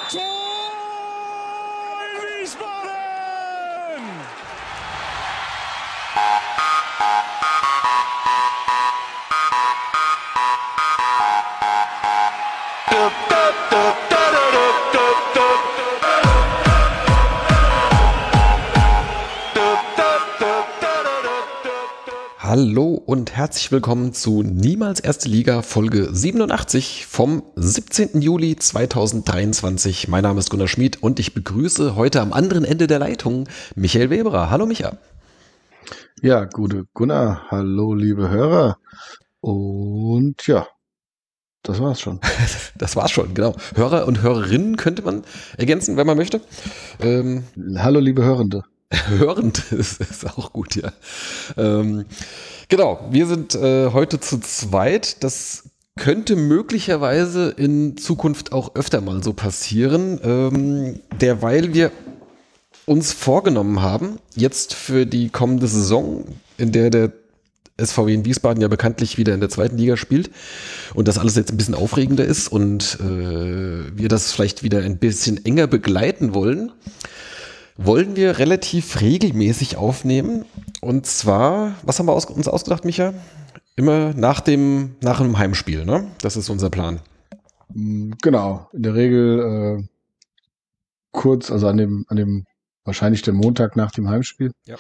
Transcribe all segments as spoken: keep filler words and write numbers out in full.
Tor in Wiesbaden! Hallo und herzlich willkommen zu Niemals Erste Liga Folge siebenundachtzig vom siebzehnten Juli zweitausenddreiundzwanzig. Mein Name ist Gunnar Schmid und ich begrüße heute am anderen Ende der Leitung Michael Weberer. Hallo Micha. Ja, gute Gunnar. Hallo liebe Hörer. Und ja, das war's schon. Das war's schon, genau. Hörer und Hörerinnen könnte man ergänzen, wenn man möchte. Ähm, Hallo liebe Hörende. Hörend ist, ist auch gut, ja. Ähm, genau, wir sind äh, heute zu zweit. Das könnte möglicherweise in Zukunft auch öfter mal so passieren, ähm, derweil wir uns vorgenommen haben, jetzt für die kommende Saison, in der der S V W in Wiesbaden ja bekanntlich wieder in der zweiten Liga spielt und das alles jetzt ein bisschen aufregender ist und äh, wir das vielleicht wieder ein bisschen enger begleiten wollen, wollen wir relativ regelmäßig aufnehmen. Und zwar, was haben wir aus, uns ausgedacht, Micha? Immer nach dem, nach einem Heimspiel, ne? Das ist unser Plan. Genau, in der Regel äh, kurz, also an dem, an dem, wahrscheinlich den Montag nach dem Heimspiel. Ja.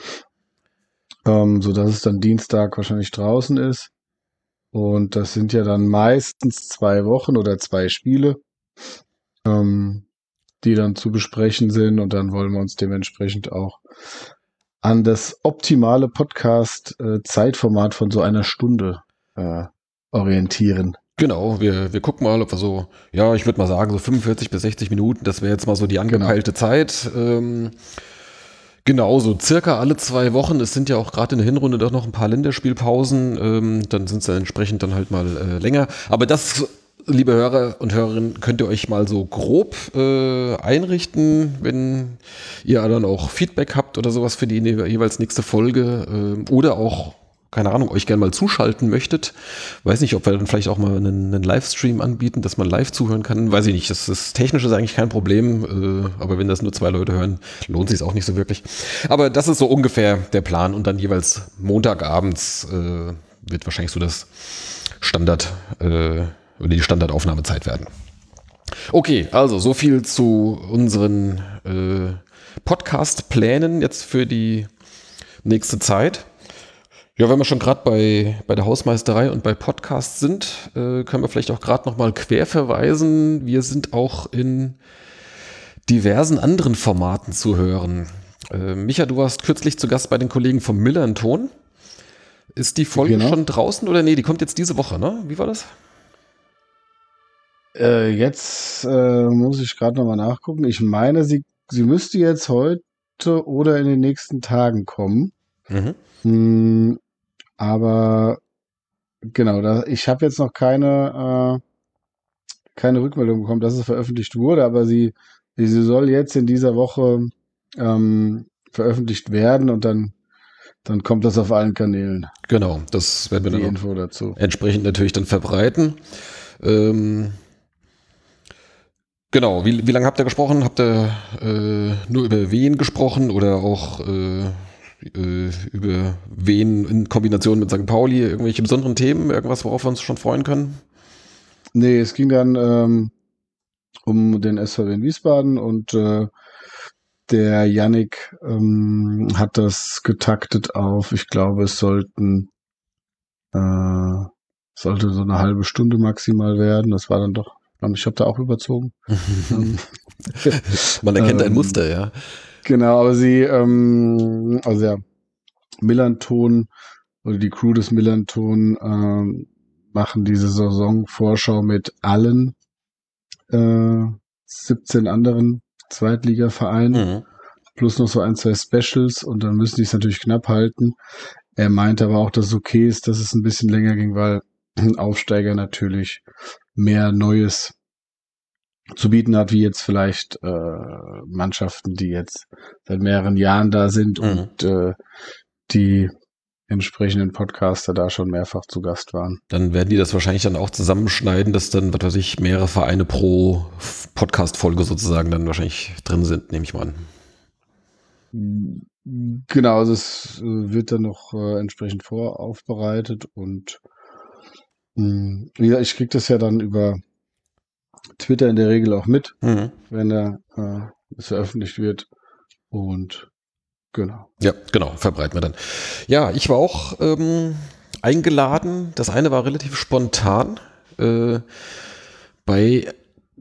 Ähm, so dass es dann Dienstag wahrscheinlich draußen ist. Und das sind ja dann meistens zwei Wochen oder zwei Spiele, ähm, die dann zu besprechen sind, und dann wollen wir uns dementsprechend auch an das optimale Podcast-Zeitformat von so einer Stunde äh, orientieren. Genau, wir, wir gucken mal, ob wir so, ja, ich würde mal sagen, so fünfundvierzig bis sechzig Minuten, das wäre jetzt mal so die angepeilte genau. Zeit. Ähm, genau, so circa alle zwei Wochen. Es sind ja auch gerade in der Hinrunde doch noch ein paar Länderspielpausen. Ähm, dann sind es dann entsprechend dann halt mal äh, länger. Aber das, liebe Hörer und Hörerinnen, könnt ihr euch mal so grob äh, einrichten, wenn ihr dann auch Feedback habt oder sowas für die jeweils nächste Folge äh, oder auch, keine Ahnung, euch gerne mal zuschalten möchtet. Weiß nicht, ob wir dann vielleicht auch mal einen, einen Livestream anbieten, dass man live zuhören kann. Weiß ich nicht, das ist technisch ist eigentlich kein Problem, äh, aber wenn das nur zwei Leute hören, lohnt sich auch nicht so wirklich. Aber das ist so ungefähr der Plan und dann jeweils Montagabends äh, wird wahrscheinlich so das Standard äh, oder die Standardaufnahmezeit werden. Okay, also so viel zu unseren äh, Podcast-Plänen jetzt für die nächste Zeit. Ja, wenn wir schon gerade bei, bei der Hausmeisterei und bei Podcasts sind, äh, können wir vielleicht auch gerade nochmal quer verweisen. Wir sind auch in diversen anderen Formaten zu hören. Äh, Micha, du warst kürzlich zu Gast bei den Kollegen vom Millern-Ton. Ist die Folge genau. schon draußen oder nee, die kommt jetzt diese Woche, ne? Wie war das? Äh, jetzt äh, muss ich gerade nochmal nachgucken. Ich meine, sie, sie müsste jetzt heute oder in den nächsten Tagen kommen. Mhm. Hm, aber genau, da, ich habe jetzt noch keine, äh, keine Rückmeldung bekommen, dass es veröffentlicht wurde, aber sie, sie soll jetzt in dieser Woche ähm, veröffentlicht werden und dann, dann kommt das auf allen Kanälen. Genau, das werden wir Die dann Info dazu. Entsprechend natürlich dann verbreiten. Ähm, genau, wie, wie lange habt ihr gesprochen? Habt ihr äh, nur über Wen gesprochen oder auch äh, über wen in Kombination mit Sankt Pauli, irgendwelche besonderen Themen, irgendwas, worauf wir uns schon freuen können? Nee, es ging dann ähm, um den S V W in Wiesbaden und äh, der Yannick ähm, hat das getaktet auf, ich glaube, es sollten äh, sollte so eine halbe Stunde maximal werden. Das war dann doch, ich habe da auch überzogen. Man erkennt ähm, ein Muster, ja. Genau, aber sie, ähm, also ja, Millern-Ton oder die Crew des Millern-Ton ähm, machen diese Saisonvorschau mit allen äh, siebzehn anderen Zweitligavereinen mhm. plus noch so ein, zwei Specials und dann müssen die es natürlich knapp halten. Er meinte aber auch, dass es okay ist, dass es ein bisschen länger ging, weil ein Aufsteiger natürlich mehr Neues zu bieten hat, wie jetzt vielleicht äh, Mannschaften, die jetzt seit mehreren Jahren da sind mhm. und äh, die entsprechenden Podcaster da schon mehrfach zu Gast waren. Dann werden die das wahrscheinlich dann auch zusammenschneiden, dass dann, was weiß ich, mehrere Vereine pro, Podcast-Folge sozusagen dann wahrscheinlich drin sind, nehme ich mal an. Genau, also es äh, wird dann noch äh, entsprechend voraufbereitet und mh, wie gesagt, ich kriege das ja dann über Twitter in der Regel auch mit, Mhm. wenn er äh, es veröffentlicht wird. Und genau. Ja, genau, verbreiten wir dann. Ja, ich war auch ähm, eingeladen. Das eine war relativ spontan äh, bei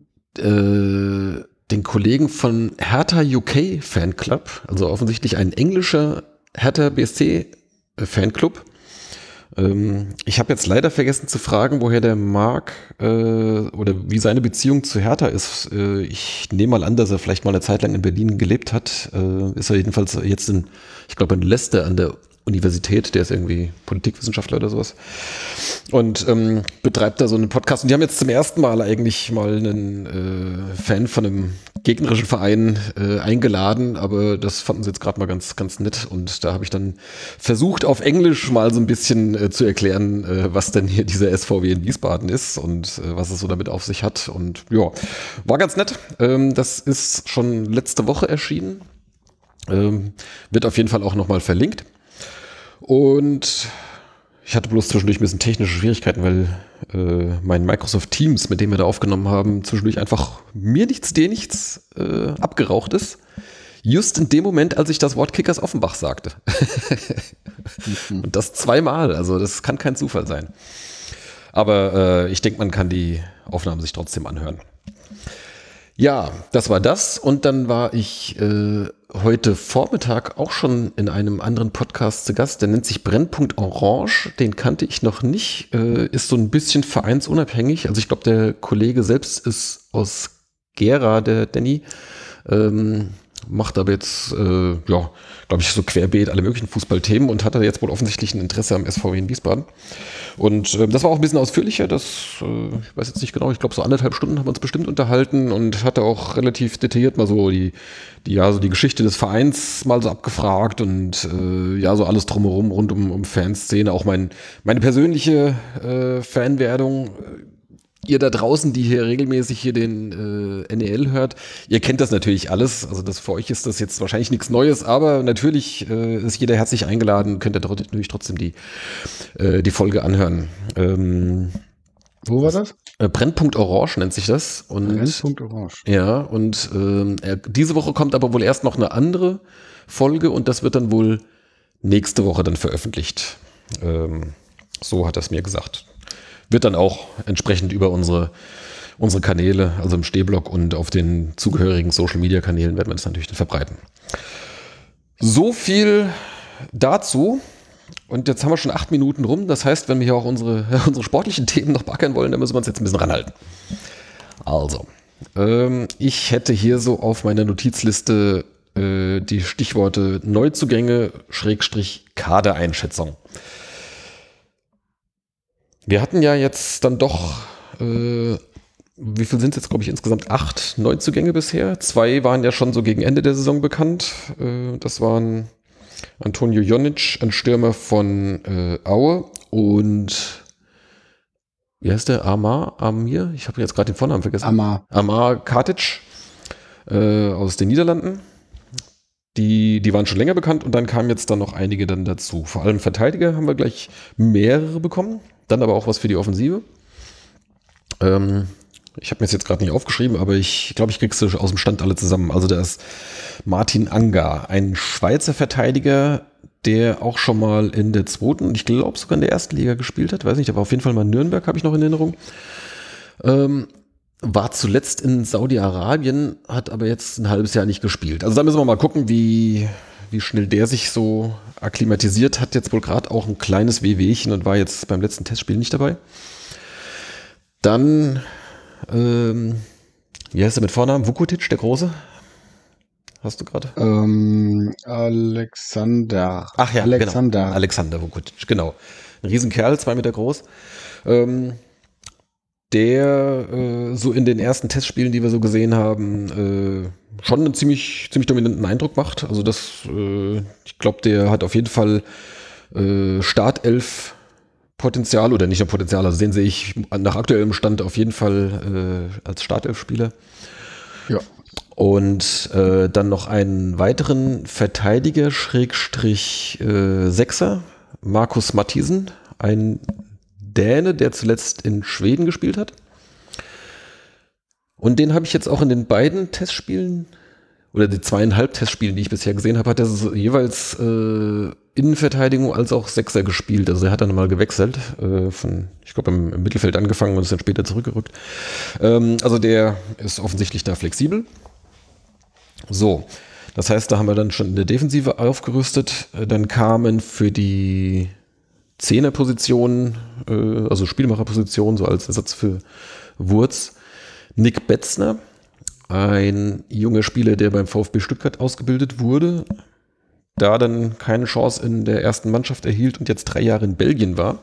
äh, den Kollegen von Hertha U K Fanclub, also offensichtlich ein englischer Hertha B S C Fanclub. Ähm, ich habe jetzt leider vergessen zu fragen, woher der Marc äh, oder wie seine Beziehung zu Hertha ist. Äh, ich nehme mal an, dass er vielleicht mal eine Zeit lang in Berlin gelebt hat. Äh, ist er jedenfalls jetzt in, ich glaube in Leicester an der Universität, der ist irgendwie Politikwissenschaftler oder sowas und ähm, betreibt da so einen Podcast. Und die haben jetzt zum ersten Mal eigentlich mal einen äh, Fan von einem gegnerischen Verein äh, eingeladen, aber das fanden sie jetzt gerade mal ganz, ganz nett. Und da habe ich dann versucht, auf Englisch mal so ein bisschen äh, zu erklären, äh, was denn hier dieser S V W in Wiesbaden ist und äh, was es so damit auf sich hat. Und ja, war ganz nett. Ähm, das ist schon letzte Woche erschienen. Ähm, wird auf jeden Fall auch nochmal verlinkt. Und ich hatte bloß zwischendurch ein bisschen technische Schwierigkeiten, weil äh, mein Microsoft Teams, mit dem wir da aufgenommen haben, zwischendurch einfach mir nichts, dir nichts äh, abgeraucht ist. Just in dem Moment, als ich das Wort Kickers Offenbach sagte. Und das zweimal, also das kann kein Zufall sein. Aber äh, ich denke, man kann die Aufnahmen sich trotzdem anhören. Ja, das war das. Und dann war ich äh, heute Vormittag auch schon in einem anderen Podcast zu Gast. Der nennt sich Brennpunkt Orange. Den kannte ich noch nicht. Äh, ist so ein bisschen vereinsunabhängig. Also ich glaube, der Kollege selbst ist aus Gera, der Danny. Ähm, macht aber jetzt, äh, ja, glaube ich, so querbeet alle möglichen Fußballthemen und hatte jetzt wohl offensichtlich ein Interesse am S V W in Wiesbaden. Und äh, das war auch ein bisschen ausführlicher, das, äh, ich weiß jetzt nicht genau, ich glaube so anderthalb Stunden haben wir uns bestimmt unterhalten und hatte auch relativ detailliert mal so die, die, ja, so die Geschichte des Vereins mal so abgefragt und äh, ja, so alles drumherum rund um, um Fanszene, auch mein, meine persönliche äh, Fanwerdung. Ihr da draußen, die hier regelmäßig hier den äh, N E L hört, ihr kennt das natürlich alles. Also das für euch ist das jetzt wahrscheinlich nichts Neues, aber natürlich äh, ist jeder herzlich eingeladen, könnt ihr dort natürlich trotzdem die, äh, die Folge anhören. Ähm, Wo war das? Äh, Brennpunkt Orange nennt sich das. Und, Brennpunkt Orange. Ja, und ähm, er, diese Woche kommt aber wohl erst noch eine andere Folge und das wird dann wohl nächste Woche dann veröffentlicht. Ähm, so hat er es mir gesagt. Wird dann auch entsprechend über unsere, unsere Kanäle, also im Stehblock und auf den zugehörigen Social-Media-Kanälen werden wir das natürlich dann verbreiten. So viel dazu. Und jetzt haben wir schon acht Minuten rum. Das heißt, wenn wir hier auch unsere, unsere sportlichen Themen noch beackern wollen, dann müssen wir uns jetzt ein bisschen ranhalten. Also, ähm, ich hätte hier so auf meiner Notizliste äh, die Stichworte Neuzugänge, Schrägstrich, Kadereinschätzung. Wir hatten ja jetzt dann doch, äh, wie viel sind es jetzt, glaube ich, insgesamt acht Neuzugänge bisher. Zwei waren ja schon so gegen Ende der Saison bekannt. Äh, das waren Antonio Jonic, ein Stürmer von äh, Aue und wie heißt der? Amar? Amir? Ich habe jetzt gerade den Vornamen vergessen. Amar. Amar Katic äh, aus den Niederlanden. Die, die waren schon länger bekannt und dann kamen jetzt dann noch einige dann dazu. Vor allem Verteidiger haben wir gleich mehrere bekommen. Dann aber auch was für die Offensive. Ähm, ich habe mir jetzt gerade nicht aufgeschrieben, aber ich glaube, ich krieg's aus dem Stand alle zusammen. Also da ist Martin Anga, ein Schweizer Verteidiger, der auch schon mal in der zweiten, ich glaube sogar in der ersten Liga gespielt hat. Weiß nicht, der war auf jeden Fall mal in Nürnberg, habe ich noch in Erinnerung. Ähm, war zuletzt in Saudi-Arabien, hat aber jetzt ein halbes Jahr nicht gespielt. Also da müssen wir mal gucken, wie... wie schnell der sich so akklimatisiert hat, jetzt wohl gerade auch ein kleines Wehwehchen und war jetzt beim letzten Testspiel nicht dabei. Dann, ähm, wie heißt der mit Vornamen? Vukotic, der Große? Hast du gerade? Ähm, Alexander. Ach ja, Alexander. Genau. Alexander Vukotic, genau. Ein Riesenkerl, zwei Meter groß. Ähm, der äh, so in den ersten Testspielen, die wir so gesehen haben, äh, schon einen ziemlich, ziemlich dominanten Eindruck macht. Also das, äh, ich glaube, der hat auf jeden Fall äh, Startelf-Potenzial oder nicht nur Potenzial, also den sehe ich nach aktuellem Stand auf jeden Fall äh, als Startelf-Spieler. Ja. Und äh, dann noch einen weiteren Verteidiger, Schrägstrich äh, Sechser, Markus Matthiesen, ein Däne, der zuletzt in Schweden gespielt hat. Und den habe ich jetzt auch in den beiden Testspielen oder die zweieinhalb Testspielen, die ich bisher gesehen habe, hat er so jeweils äh, Innenverteidigung als auch Sechser gespielt. Also er hat dann mal gewechselt, äh, von, ich glaube, im, im Mittelfeld angefangen und ist dann später zurückgerückt. Ähm, also der ist offensichtlich da flexibel. So, das heißt, da haben wir dann schon in der Defensive aufgerüstet. Dann kamen für die Zehnerposition, äh, also Spielmacherposition, so als Ersatz für Wurz, Nick Betzner, ein junger Spieler, der beim VfB Stuttgart ausgebildet wurde, da dann keine Chance in der ersten Mannschaft erhielt und jetzt drei Jahre in Belgien war.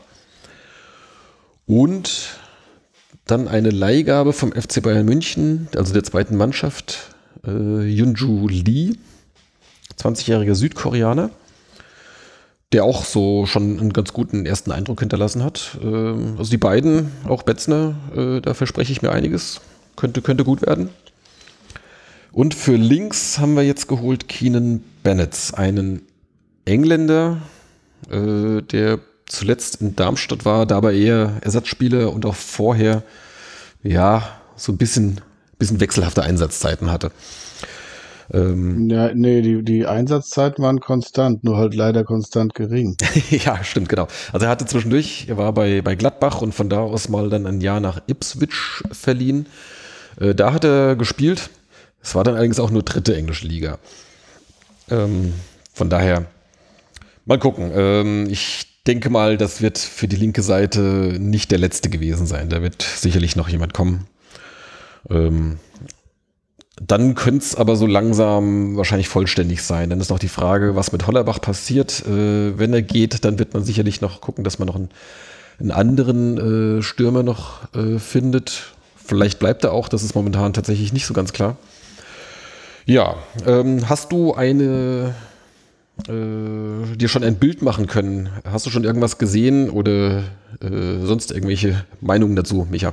Und dann eine Leihgabe vom F C Bayern München, also der zweiten Mannschaft, äh, Yunju Lee, zwanzigjähriger Südkoreaner, der auch so schon einen ganz guten ersten Eindruck hinterlassen hat. Ähm, also die beiden, auch Betzner, äh, da verspreche ich mir einiges. Könnte, könnte gut werden. Und für links haben wir jetzt geholt Keenan Bennett, einen Engländer, äh, der zuletzt in Darmstadt war, dabei eher Ersatzspieler und auch vorher, ja, so ein bisschen, bisschen wechselhafte Einsatzzeiten hatte. Ähm, ja, nee, die, die Einsatzzeiten waren konstant, nur halt leider konstant gering. ja, stimmt, genau. Also er hatte zwischendurch, er war bei, bei Gladbach und von da aus mal dann ein Jahr nach Ipswich verliehen. Äh, da hat er gespielt. Es war dann allerdings auch nur dritte englische Liga. Ähm, von daher, mal gucken. Ähm, ich denke mal, das wird für die linke Seite nicht der letzte gewesen sein. Da wird sicherlich noch jemand kommen. Ähm, dann könnte es aber so langsam wahrscheinlich vollständig sein. Dann ist noch die Frage, was mit Hollerbach passiert. Äh, wenn er geht, dann wird man sicherlich noch gucken, dass man noch einen, einen anderen äh, Stürmer noch äh, findet. Vielleicht bleibt er auch, das ist momentan tatsächlich nicht so ganz klar. Ja, ähm, hast du eine, äh, dir schon ein Bild machen können? Hast du schon irgendwas gesehen oder äh, sonst irgendwelche Meinungen dazu, Micha?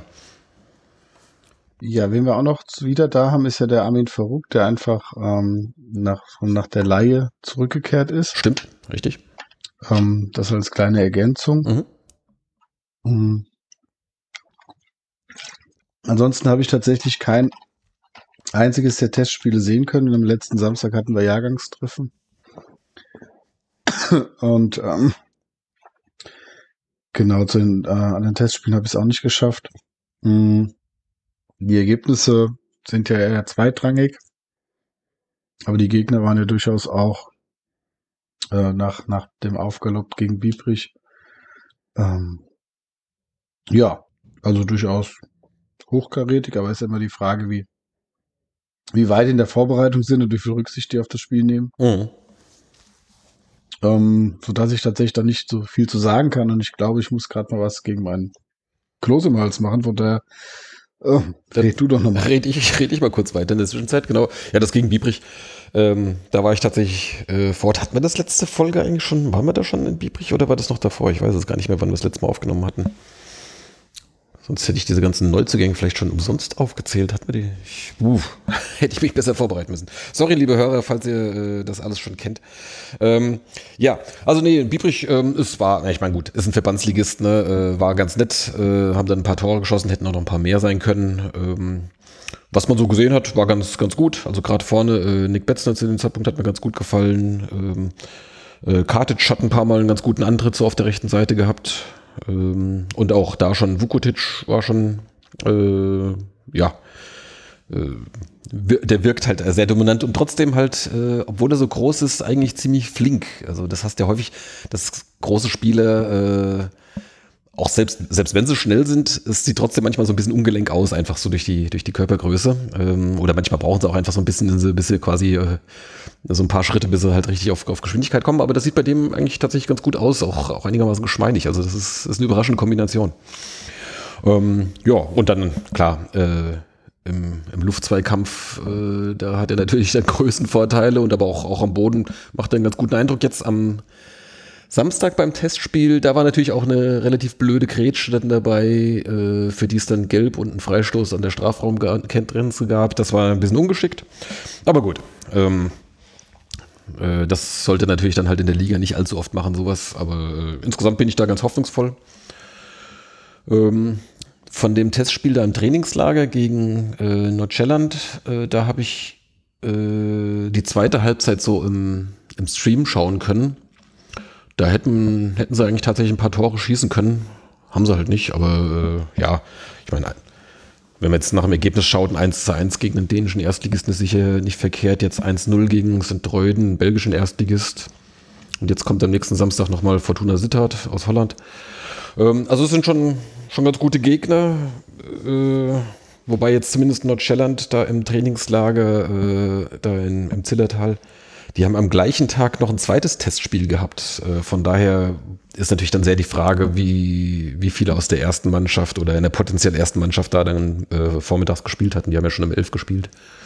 Ja, wen wir auch noch wieder da haben, ist ja der Armin Faruk, der einfach ähm, nach, nach der Leihe zurückgekehrt ist. Stimmt, richtig. Ähm, das als kleine Ergänzung. Mhm. Mhm. Ansonsten habe ich tatsächlich kein einziges der Testspiele sehen können. Und am letzten Samstag hatten wir Jahrgangstreffen. Und ähm, genau, zu den äh, anderen Testspielen habe ich es auch nicht geschafft. Mhm. Die Ergebnisse sind ja eher zweitrangig. Aber die Gegner waren ja durchaus auch äh, nach, nach dem Aufgalopp gegen Biebrich. Ähm, ja, also durchaus hochkarätig, aber ist immer die Frage, wie, wie weit in der Vorbereitung sind und wie viel Rücksicht die auf das Spiel nehmen. Mhm. Ähm, sodass ich tatsächlich da nicht so viel zu sagen kann und ich glaube, ich muss gerade mal was gegen meinen Kloß im Hals machen, von daher äh, red du doch nochmal. Red ich, red ich mal kurz weiter in der Zwischenzeit, genau. Ja, das gegen Biebrich, ähm, da war ich tatsächlich äh, vor Ort. Hatten wir das letzte Folge eigentlich schon, waren wir da schon in Biebrich oder war das noch davor? Ich weiß es gar nicht mehr, wann wir das letzte Mal aufgenommen hatten. Sonst hätte ich diese ganzen Neuzugänge vielleicht schon umsonst aufgezählt. Hat mir die, ich, uh, hätte ich mich besser vorbereiten müssen. Sorry, liebe Hörer, falls ihr äh, das alles schon kennt. Ähm, ja, also nee, Biebrich, ähm, es war, na, ich meine gut, ist ein Verbandsligist, ne, äh, war ganz nett, äh, haben dann ein paar Tore geschossen, hätten auch noch ein paar mehr sein können. Ähm, was man so gesehen hat, war ganz, ganz gut. Also gerade vorne, äh, Nick Betzner zu dem Zeitpunkt hat mir ganz gut gefallen. Ähm, äh, Kartic hat ein paar Mal einen ganz guten Antritt so auf der rechten Seite gehabt. Ähm, und auch da schon Vukotic war schon, äh, ja, äh, der wirkt halt sehr dominant und trotzdem halt, äh, obwohl er so groß ist, eigentlich ziemlich flink. Also das hast ja häufig, dass große Spieler, äh, auch selbst, selbst wenn sie schnell sind, es sieht trotzdem manchmal so ein bisschen ungelenk aus, einfach so durch die, durch die Körpergröße. Ähm, oder manchmal brauchen sie auch einfach so ein bisschen, bis sie quasi äh, so ein paar Schritte, bis sie halt richtig auf, auf Geschwindigkeit kommen. Aber das sieht bei dem eigentlich tatsächlich ganz gut aus, auch, auch einigermaßen geschmeidig. Also das ist, ist eine überraschende Kombination. Ähm, ja, und dann, klar, äh, im, im Luftzweikampf, äh, da hat er natürlich dann Größenvorteile und aber auch, auch am Boden macht er einen ganz guten Eindruck. Jetzt am Samstag beim Testspiel, da war natürlich auch eine relativ blöde Grätsche dann dabei, äh, für die es dann Gelb und einen Freistoß an der Strafraumgrenze gab. Das war ein bisschen ungeschickt. Aber gut, ähm, äh, das sollte natürlich dann halt in der Liga nicht allzu oft machen, sowas. Aber äh, insgesamt bin ich da ganz hoffnungsvoll. Ähm, von dem Testspiel da im Trainingslager gegen äh, Nordsjælland, äh, da habe ich äh, die zweite Halbzeit so im, im Stream schauen können. Da hätten, hätten sie eigentlich tatsächlich ein paar Tore schießen können. Haben sie halt nicht, aber äh, ja, ich meine, wenn man jetzt nach dem Ergebnis schaut, ein eins zu eins gegen den dänischen Erstligisten ist sicher nicht verkehrt. Jetzt eins null gegen Sankt Truiden, einen belgischen Erstligist. Und jetzt kommt am nächsten Samstag nochmal Fortuna Sittard aus Holland. Ähm, also es sind schon, schon ganz gute Gegner. Äh, wobei jetzt zumindest Nordsjælland da im Trainingslager, äh, da in, im Zillertal, die haben am gleichen Tag noch ein zweites Testspiel gehabt. Von daher ist natürlich dann sehr die Frage, wie, wie viele aus der ersten Mannschaft oder in der potenziell ersten Mannschaft da dann äh, vormittags gespielt hatten. Die haben ja schon um elf gespielt.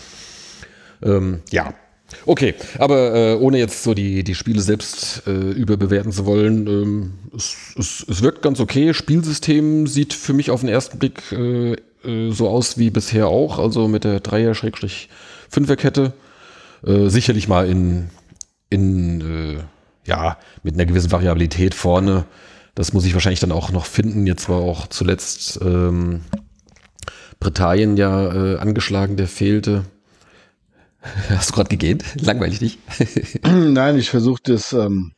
Ähm, ja, okay. Aber äh, ohne jetzt so die, die Spiele selbst äh, überbewerten zu wollen, ähm, es, es, es wirkt ganz okay. Spielsystem sieht für mich auf den ersten Blick äh, äh, so aus wie bisher auch. Also mit der Dreier-Fünfer-Kette. Äh, sicherlich mal in, in äh, ja, mit einer gewissen Variabilität vorne. Das muss ich wahrscheinlich dann auch noch finden. Jetzt war auch zuletzt ähm, Britannien ja äh, angeschlagen, der fehlte. Hast du gerade gegähnt? Langweilig nicht? Nein, ich versuche das, ähm,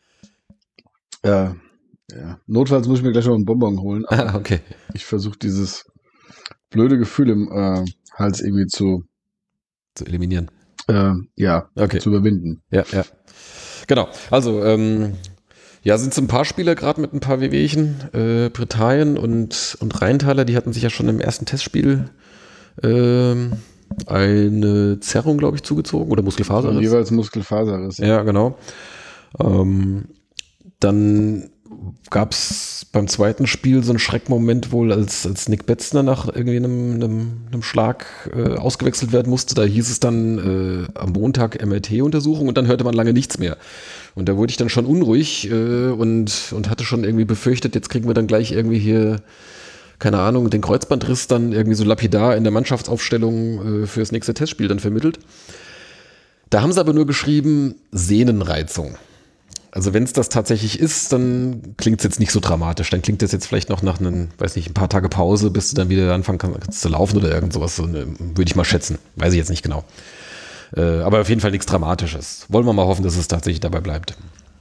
äh, ja, notfalls muss ich mir gleich noch einen Bonbon holen. Ah, okay. Ich versuche dieses blöde Gefühl im äh, Hals irgendwie zu, zu eliminieren. Äh, ja, okay. zu überwinden. Ja, ja. Genau. Also, ähm, ja, sind so ein paar Spieler gerade mit ein paar Wehwehchen. Äh, Britannien und, und Rheintaler, die hatten sich ja schon im ersten Testspiel ähm, eine Zerrung, glaube ich, zugezogen oder Muskelfaserriss. Und jeweils Muskelfaserriss. Ja, genau. Ähm, dann gab es beim zweiten Spiel so einen Schreckmoment wohl, als, als Nick Betzner nach irgendwie einem, einem, einem Schlag äh, ausgewechselt werden musste. Da hieß es dann äh, am Montag M R T-Untersuchung und dann hörte man lange nichts mehr. Und da wurde ich dann schon unruhig äh, und, und hatte schon irgendwie befürchtet, jetzt kriegen wir dann gleich irgendwie hier, keine Ahnung, den Kreuzbandriss dann irgendwie so lapidar in der Mannschaftsaufstellung äh, für das nächste Testspiel dann vermittelt. Da haben sie aber nur geschrieben, Sehnenreizung. Also wenn es das tatsächlich ist, dann klingt es jetzt nicht so dramatisch. Dann klingt das jetzt vielleicht noch nach einem, weiß nicht, ein paar Tage Pause, bis du dann wieder anfangen kannst, kannst zu laufen oder irgend sowas. So, ne, würde ich mal schätzen. Weiß ich jetzt nicht genau. Äh, aber auf jeden Fall nichts Dramatisches. Wollen wir mal hoffen, dass es tatsächlich dabei bleibt.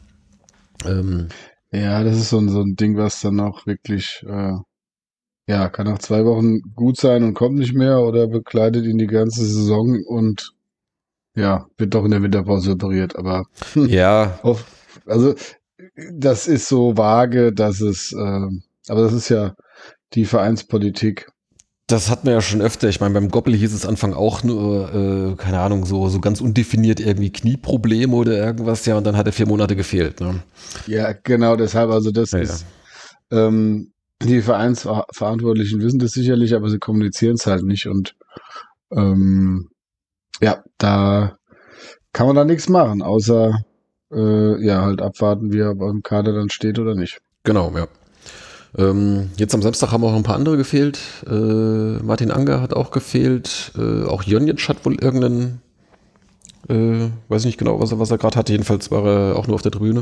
Ähm, ja, das ist so ein, so ein Ding, was dann auch wirklich, äh, ja, kann nach zwei Wochen gut sein und kommt nicht mehr oder begleitet ihn die ganze Saison und ja, wird doch in der Winterpause operiert. Aber ja, auf, also das ist so vage, dass es, äh, aber das ist ja die Vereinspolitik. das hatten wir ja schon öfter. Ich meine, beim Goppel hieß es Anfang auch nur, äh, keine Ahnung, so, so ganz undefiniert irgendwie Knieprobleme oder irgendwas. Ja, und dann hat er vier Monate gefehlt. Ne? Ja, genau deshalb. Also das Ja, ist, ähm, die Vereinsverantwortlichen wissen das sicherlich, aber sie kommunizieren es halt nicht. Und ähm, ja, da kann man da nichts machen, außer äh, ja, halt abwarten, wie er beim Kader dann steht oder nicht. Genau, ja. Ähm, jetzt am Samstag haben auch noch ein paar andere gefehlt. Äh, Martin Anger hat auch gefehlt. Äh, auch Jonjic hat wohl irgendeinen, äh, weiß nicht genau, was er, was er gerade hatte. Jedenfalls war er auch nur auf der Tribüne.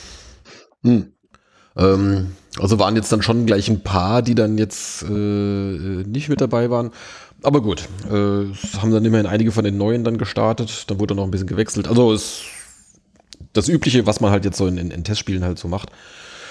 Hm. Ähm, also waren jetzt dann schon gleich ein paar, die dann jetzt äh, nicht mit dabei waren. Aber gut, äh, es haben dann immerhin einige von den Neuen dann gestartet. Dann wurde noch ein bisschen gewechselt. Also ist das Übliche, was man halt jetzt so in, in, in Testspielen halt so macht.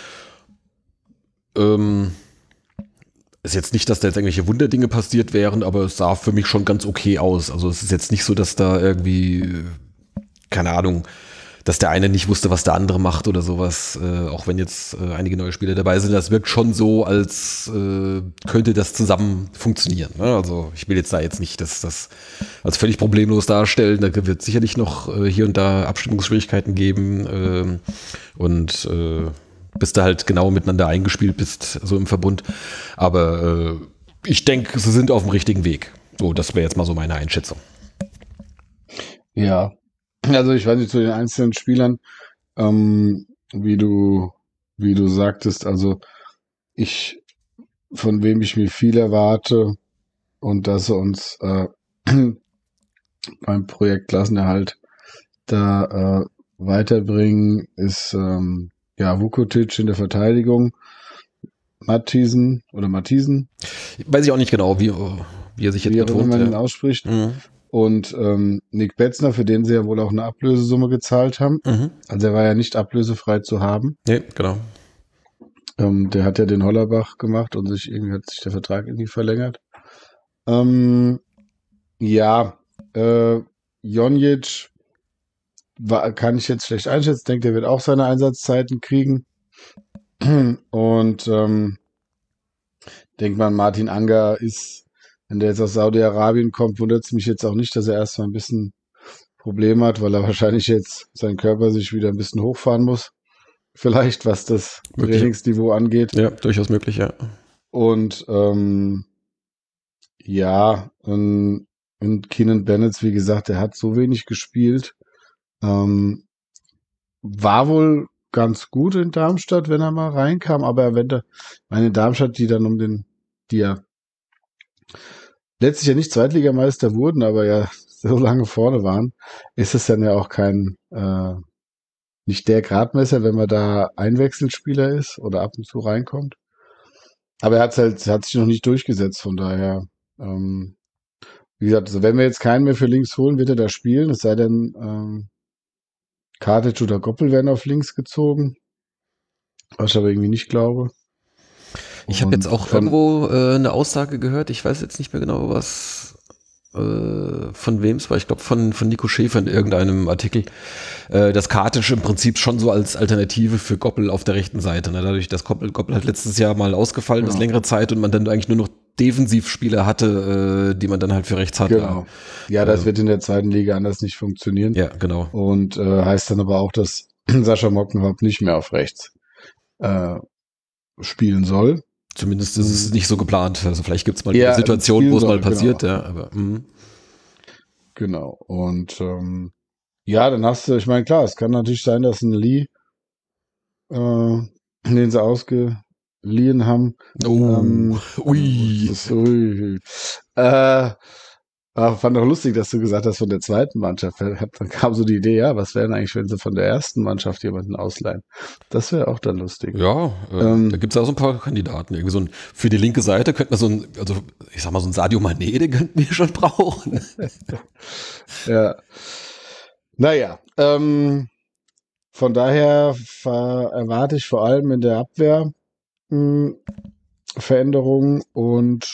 Ähm, ist jetzt nicht, dass da jetzt irgendwelche Wunderdinge passiert wären, aber es sah für mich schon ganz okay aus. Also es ist jetzt nicht so, dass da irgendwie, keine Ahnung, dass der eine nicht wusste, was der andere macht oder sowas. Äh, auch wenn jetzt äh, einige neue Spieler dabei sind, das wirkt schon so, als äh, könnte das zusammen funktionieren. Ne? Also ich will jetzt da jetzt nicht das, das als völlig problemlos darstellen. Da wird sicherlich noch äh, hier und da Abstimmungsschwierigkeiten geben äh, und äh, bis du halt genau miteinander eingespielt bist, so im Verbund. Aber äh, ich denke, sie sind auf dem richtigen Weg. So, das wäre jetzt mal so meine Einschätzung. Ja, also ich weiß nicht zu den einzelnen Spielern, ähm, wie du wie du sagtest, also ich, von wem ich mir viel erwarte und dass er uns äh, beim Projekt Klassenerhalt da äh, weiterbringen, ist ähm, ja Vukotic in der Verteidigung, Matthiesen oder Matthiesen, Weiß ich auch nicht genau, wie, wie er sich jetzt wie auch immer betont. man ihn Ja. ausspricht, Mhm. und ähm, Nick Betzner, für den sie ja wohl auch eine Ablösesumme gezahlt haben. Mhm. Also er war ja nicht ablösefrei zu haben. Nee, genau. Ähm, der hat ja den Hollerbach gemacht und sich irgendwie hat sich der Vertrag irgendwie verlängert. Ähm, ja, äh, Jonjic war, kann ich jetzt schlecht einschätzen. Denke, der wird auch seine Einsatzzeiten kriegen. Und ähm, denkt man, Martin Anger ist, wenn der jetzt aus Saudi-Arabien kommt, wundert es mich jetzt auch nicht, dass er erstmal ein bisschen Probleme hat, weil er wahrscheinlich jetzt seinen Körper sich wieder ein bisschen hochfahren muss. Vielleicht, was das Möglich. Trainingsniveau angeht. Ja, durchaus möglich, ja. Und ähm, ja, und, und Keenan Bennett, wie gesagt, der hat so wenig gespielt. Ähm, war wohl ganz gut in Darmstadt, wenn er mal reinkam, aber wenn der, meine Darmstadt, die dann um den, die ja letztlich ja nicht Zweitligameister wurden, aber ja so lange vorne waren, ist es dann ja auch kein, äh, nicht der Gradmesser, wenn man da Einwechselspieler ist oder ab und zu reinkommt. Aber er hat's halt, hat sich noch nicht durchgesetzt, von daher, ähm, wie gesagt, also wenn wir jetzt keinen mehr für links holen, wird er da spielen, es sei denn, ähm, Kartic oder Goppel werden auf links gezogen, was ich aber irgendwie nicht glaube. Ich habe jetzt Und auch von, irgendwo äh, eine Aussage gehört, ich weiß jetzt nicht mehr genau, was äh, von wem es war, ich glaube von, von Nico Schäfer in irgendeinem Artikel, äh, dass Kartic im Prinzip schon so als Alternative für Goppel auf der rechten Seite, ne? Dadurch, dass Goppel, Goppel halt letztes Jahr mal ausgefallen ist, Genau. längere Zeit, und man dann eigentlich nur noch Defensivspieler hatte, äh, die man dann halt für rechts hat. Genau. Ja, das Äh, wird in der zweiten Liga anders nicht funktionieren. Ja, genau. Und äh, heißt dann aber auch, dass Sascha Mockenhaupt nicht mehr auf rechts äh, spielen soll. Zumindest ist es nicht so geplant. Also vielleicht gibt es mal Ja, eine Situation, wo es mal spielen soll, passiert, genau. ja, aber mh. Genau. Und ähm, ja, dann hast du, ich meine, klar, es kann natürlich sein, dass ein Lee, äh, den sie ausgeliehen haben, Oh, ähm, ui. das ist, ui, äh, ach, fand auch lustig, dass du gesagt hast, von der zweiten Mannschaft. Dann kam so die Idee, ja, was wäre denn eigentlich, wenn sie von der ersten Mannschaft jemanden ausleihen? Das wäre auch dann lustig. Ja, äh, Ähm, da gibt es auch so ein paar Kandidaten. Irgendwie so ein, für die linke Seite könnte man so ein, also ich sag mal, so ein Sadio Mané, den könnten wir schon brauchen. Ja. Naja, ähm, von daher ver erwarte ich vor allem in der Abwehr mh, Veränderungen und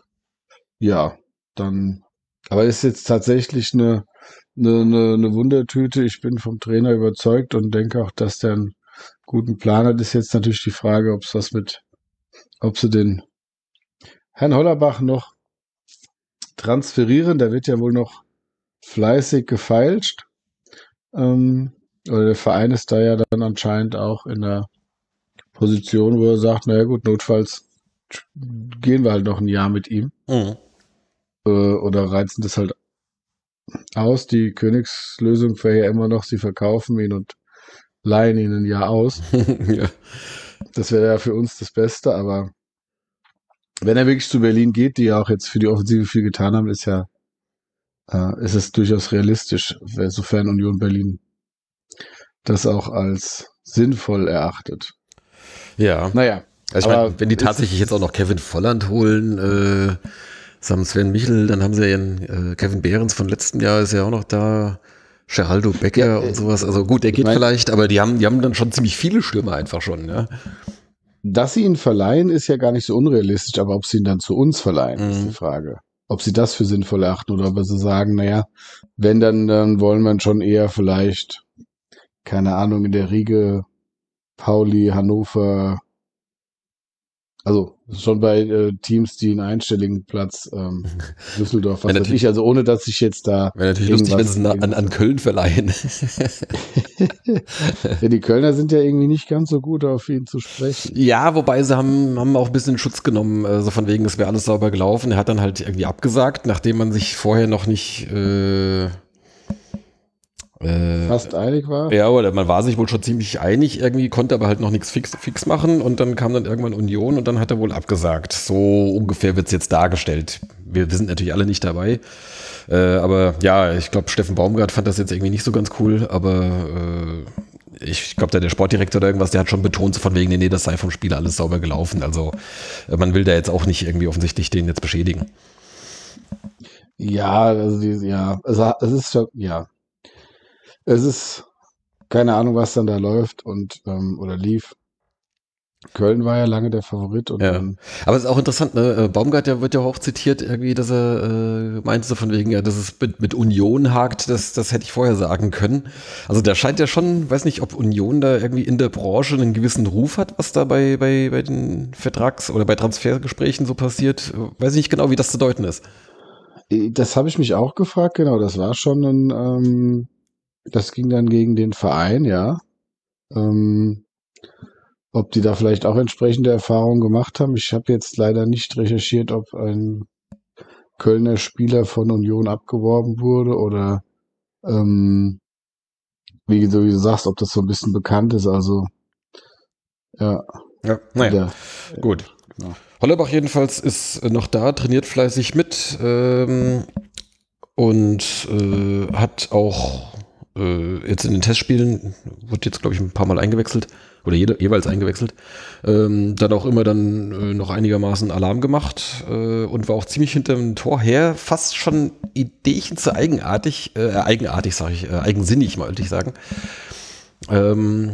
ja, dann, aber ist jetzt tatsächlich eine, eine, eine, eine Wundertüte. Ich bin vom Trainer überzeugt und denke auch, dass der einen guten Plan hat. Ist jetzt natürlich die Frage, ob es was mit, ob sie den Herrn Hollerbach noch transferieren. Der wird ja wohl noch fleißig gefeilscht. Ähm, oder der Verein ist da ja dann anscheinend auch in der Position, wo er sagt, naja gut, notfalls gehen wir halt noch ein Jahr mit ihm. Mhm. Äh, oder reizen das halt aus. Die Königslösung wäre ja immer noch, sie verkaufen ihn und leihen ihn ein Jahr aus. Ja. Das wäre ja für uns das Beste, aber wenn er wirklich zu Berlin geht, die ja auch jetzt für die Offensive viel getan haben, ist ja, äh, ist es durchaus realistisch, sofern Union Berlin das auch als sinnvoll erachtet. Ja. Naja. Also ich aber meine, wenn die es tatsächlich ist- jetzt auch noch Kevin Volland holen, äh, samt Sven Michel, dann haben sie ja einen, äh, Kevin Behrens von letztem Jahr ist ja auch noch da, Geraldo Becker Ja, äh, und sowas. Also gut, der ich geht mein- vielleicht, aber die haben, die haben dann schon ziemlich viele Stürmer einfach schon, ja. Dass sie ihn verleihen, ist ja gar nicht so unrealistisch, aber ob sie ihn dann zu uns verleihen, Mhm. ist die Frage. Ob sie das für sinnvoll erachten oder ob sie sagen, naja, wenn, dann, dann wollen wir schon eher vielleicht, keine Ahnung, in der Riege Pauli, Hannover, also schon bei äh, Teams, die einen einstelligen Platz, ähm, Düsseldorf, was Ja, weiß ich, also ohne, dass ich jetzt da Wäre natürlich lustig, wenn sie es an, an Köln verleihen. ja, die Kölner sind ja irgendwie nicht ganz so gut, auf ihn zu sprechen. Ja, wobei sie haben, haben auch ein bisschen Schutz genommen, also von wegen, es wäre alles sauber gelaufen. Er hat dann halt irgendwie abgesagt, nachdem man sich vorher noch nicht, äh, Äh, Fast einig war. Ja, oder man war sich wohl schon ziemlich einig irgendwie, konnte aber halt noch nichts fix, fix machen und dann kam dann irgendwann Union und dann hat er wohl abgesagt. So ungefähr wird es jetzt dargestellt. Wir, wir sind natürlich alle nicht dabei. Äh, aber ja, ich glaube, Steffen Baumgart fand das jetzt irgendwie nicht so ganz cool, aber äh, ich glaube, der, der Sportdirektor oder irgendwas, der hat schon betont, so von wegen, nee, nee, das sei vom Spiel alles sauber gelaufen. Also äh, man will da jetzt auch nicht irgendwie offensichtlich den jetzt beschädigen. Ja, also die, ja, also es ist schon, ja. Es ist keine Ahnung, was dann da läuft und ähm, oder lief. Köln war ja lange der Favorit und Ja. dann, Aber es ist auch interessant, ne? Baumgart ja, wird ja auch zitiert, irgendwie, dass er äh, meinte so von wegen, ja, dass es mit, mit Union hakt, das, das hätte ich vorher sagen können. Also da scheint ja schon, weiß nicht, ob Union da irgendwie in der Branche einen gewissen Ruf hat, was da bei, bei, bei den Vertrags- oder bei Transfergesprächen so passiert. Weiß ich nicht genau, wie das zu deuten ist. das habe ich mich auch gefragt, genau, das war schon ein, ähm, das ging dann gegen den Verein, ja. Ähm, ob die da vielleicht auch entsprechende Erfahrungen gemacht haben. Ich habe jetzt leider nicht recherchiert, ob ein Kölner Spieler von Union abgeworben wurde oder ähm, wie, so wie du sagst, ob das so ein bisschen bekannt ist. Also ja, Ja, naja, wieder, gut. genau. Hollerbach jedenfalls ist noch da, trainiert fleißig mit ähm, und äh, hat auch äh, jetzt in den Testspielen, wurde jetzt glaube ich ein paar Mal eingewechselt oder jede, jeweils eingewechselt, ähm, dann auch immer dann äh, noch einigermaßen Alarm gemacht äh, und war auch ziemlich hinter dem Tor her, fast schon Ideen zu eigenartig, äh, eigenartig sage ich, äh, eigensinnig wollte ich sagen. Ähm,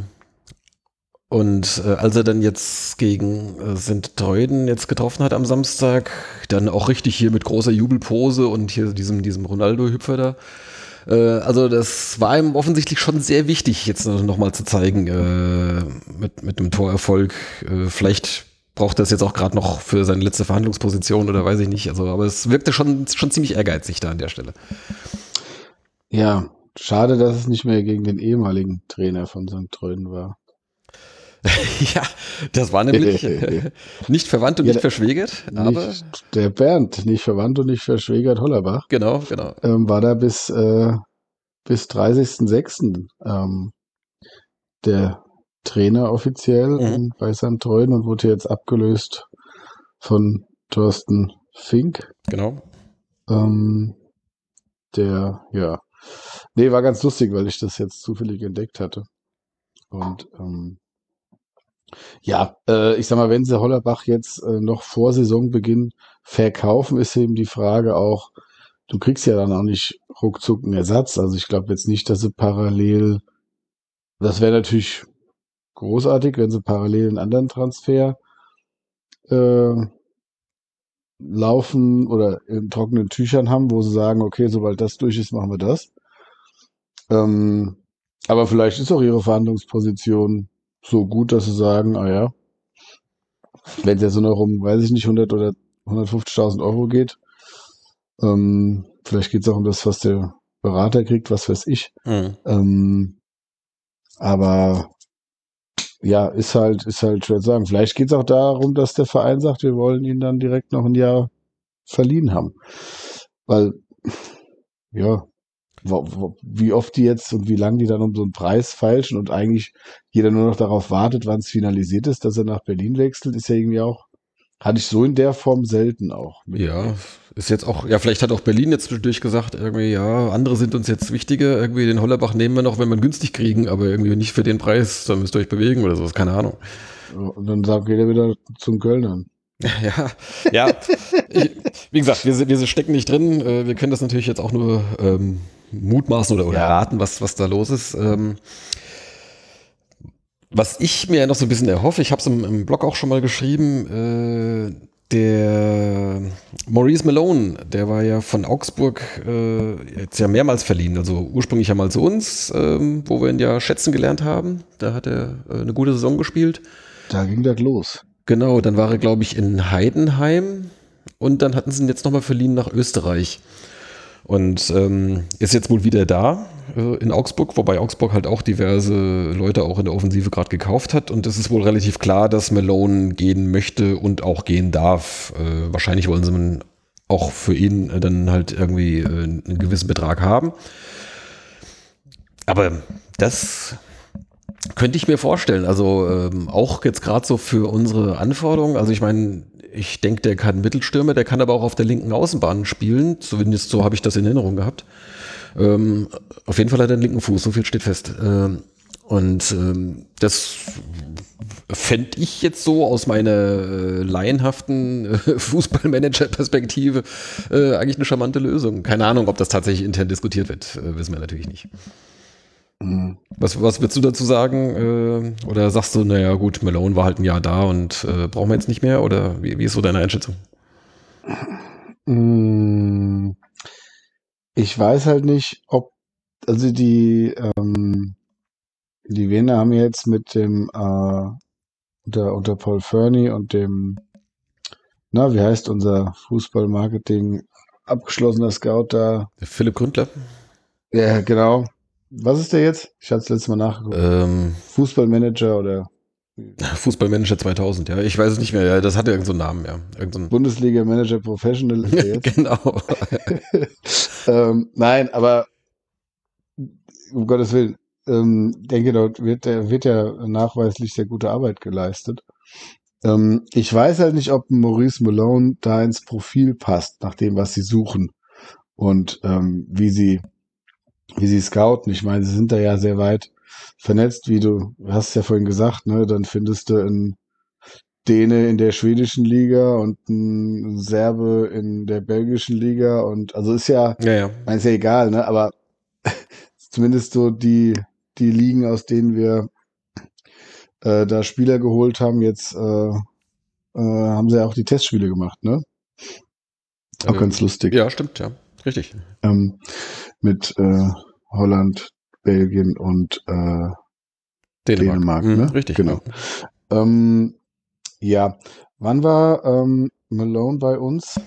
Und äh, als er dann jetzt gegen äh, Sint-Truiden jetzt getroffen hat am Samstag, dann auch richtig hier mit großer Jubelpose und hier diesem, diesem Ronaldo-Hüpfer da. Äh, also das war ihm offensichtlich schon sehr wichtig, jetzt nochmal zu zeigen äh, mit, mit einem Torerfolg. Äh, vielleicht braucht er es jetzt auch gerade noch für seine letzte Verhandlungsposition oder weiß ich nicht. Also, aber es wirkte schon, schon ziemlich ehrgeizig da an der Stelle. Ja, schade, dass es nicht mehr gegen den ehemaligen Trainer von Sankt Tröden war. Ja, das war nämlich nicht verwandt und Ja, nicht verschwägert, aber Nicht, der Bernd, nicht verwandt und nicht verschwägert Hollerbach, genau, genau. ähm, war da bis, äh, bis dreißigsten sechsten Ähm, der Trainer offiziell Mhm. in, bei Sankt Tröden und wurde jetzt abgelöst von Thorsten Fink. Genau. Ähm, der, ja, nee, war ganz lustig, weil ich das jetzt zufällig entdeckt hatte. Und ähm, ja, äh, ich sag mal, wenn sie Hollerbach jetzt äh, noch vor Saisonbeginn verkaufen, ist eben die Frage auch, du kriegst ja dann auch nicht ruckzuck einen Ersatz. Also ich glaube jetzt nicht, dass sie parallel, das wäre natürlich großartig, wenn sie parallel einen anderen Transfer äh, laufen oder in trockenen Tüchern haben, wo sie sagen, okay, sobald das durch ist, machen wir das. Ähm, aber vielleicht ist auch ihre Verhandlungsposition so gut, dass sie sagen, ah ja, wenn es jetzt nur noch um, weiß ich nicht, hundert oder hundertfünfzigtausend Euro geht, ähm, vielleicht geht es auch um das, was der Berater kriegt, was weiß ich. Mhm. Ähm, aber ja, ist halt, ist halt schwer zu sagen. Vielleicht geht es auch darum, dass der Verein sagt, wir wollen ihn dann direkt noch ein Jahr verliehen haben. Weil, ja, wo, wo, wie oft die jetzt und wie lange die dann um so einen Preis feilschen und eigentlich jeder nur noch darauf wartet, wann es finalisiert ist, dass er nach Berlin wechselt, ist ja irgendwie auch, hatte ich so in der Form selten auch. Ja, ist jetzt auch, ja, vielleicht hat auch Berlin jetzt zwischendurch gesagt, irgendwie, ja, andere sind uns jetzt wichtiger, irgendwie den Hollerbach nehmen wir noch, wenn wir ihn günstig kriegen, aber irgendwie nicht für den Preis, dann müsst ihr euch bewegen oder so, keine Ahnung. Und dann sagt jeder wieder zum Kölnern. Ja, ja, ich, wie gesagt, wir, wir stecken nicht drin, wir können das natürlich jetzt auch nur ähm, mutmaßen oder, oder Ja. raten, was, was da los ist. Ähm, was ich mir noch so ein bisschen erhoffe, ich habe es im, im Blog auch schon mal geschrieben, äh, der Maurice Malone, der war ja von Augsburg äh, jetzt ja mehrmals verliehen, also ursprünglich ja mal zu uns, ähm, wo wir ihn ja schätzen gelernt haben. Da hat er äh, eine gute Saison gespielt. Da ging das los. Genau, dann war er, glaube ich, in Heidenheim und dann hatten sie ihn jetzt nochmal verliehen nach Österreich. Und ähm, ist jetzt wohl wieder da äh, in Augsburg, wobei Augsburg halt auch diverse Leute auch in der Offensive gerade gekauft hat. Und es ist wohl relativ klar, dass Malone gehen möchte und auch gehen darf. Äh, wahrscheinlich wollen sie auch für ihn äh, dann halt irgendwie äh, einen gewissen Betrag haben. aber das könnte ich mir vorstellen. Also ähm, auch jetzt gerade so für unsere Anforderungen. Also ich meine, ich denke, der kann Mittelstürmer, der kann aber auch auf der linken Außenbahn spielen. Zumindest so habe ich das in Erinnerung gehabt. Ähm, auf jeden Fall hat er einen linken Fuß, so viel steht fest. Ähm, und ähm, das fände ich jetzt so aus meiner äh, laienhaften äh, Fußballmanager-Perspektive äh, eigentlich eine charmante Lösung. Keine Ahnung, ob das tatsächlich intern diskutiert wird, äh, wissen wir natürlich nicht. Mhm. Was, was würdest du dazu sagen? Äh, oder sagst du, naja gut, Malone war halt ein Jahr da und äh, brauchen wir jetzt nicht mehr? Oder wie, wie ist so deine Einschätzung? Mm, Ich weiß halt nicht, ob, also die, ähm, die Wiener haben jetzt mit dem, äh, unter, unter Paul Fernie und dem, na, wie heißt unser Fußballmarketing abgeschlossener Scout da? Philipp Gründler? Ja, genau. Was ist der jetzt? Ich hatte es letztes Mal nachgeguckt. Ähm, Fußballmanager oder Fußballmanager zweitausend, ja. Ich weiß es nicht mehr. Ja, das hatte irgendeinen so Namen, ja. Irgend so ein Bundesliga Manager Professional ist er jetzt. genau. ähm, nein, aber um Gottes Willen, ähm, denke, dort wird, der, wird ja nachweislich sehr gute Arbeit geleistet. Ähm, ich weiß halt nicht, ob Maurice Malone da ins Profil passt, nach dem, was sie suchen und ähm, wie sie, wie sie scouten. Ich meine, sie sind da ja sehr weit vernetzt, wie du hast ja vorhin gesagt, ne? Dann findest du einen Däne in der schwedischen Liga und einen Serbe in der belgischen Liga und also ist ja, Ja, ja. mein, ist ja egal, ne? Aber zumindest so die, die Ligen, aus denen wir äh, da Spieler geholt haben, jetzt äh, äh, haben sie ja auch die Testspiele gemacht, ne? Auch ganz Ähm, lustig. ja, stimmt, ja. Richtig. Ähm, mit äh, Holland, Belgien und äh, Dänemark. Dänemark, Mhm, ne? richtig, Genau. ja. Ähm, ja, wann war ähm, Malone bei uns?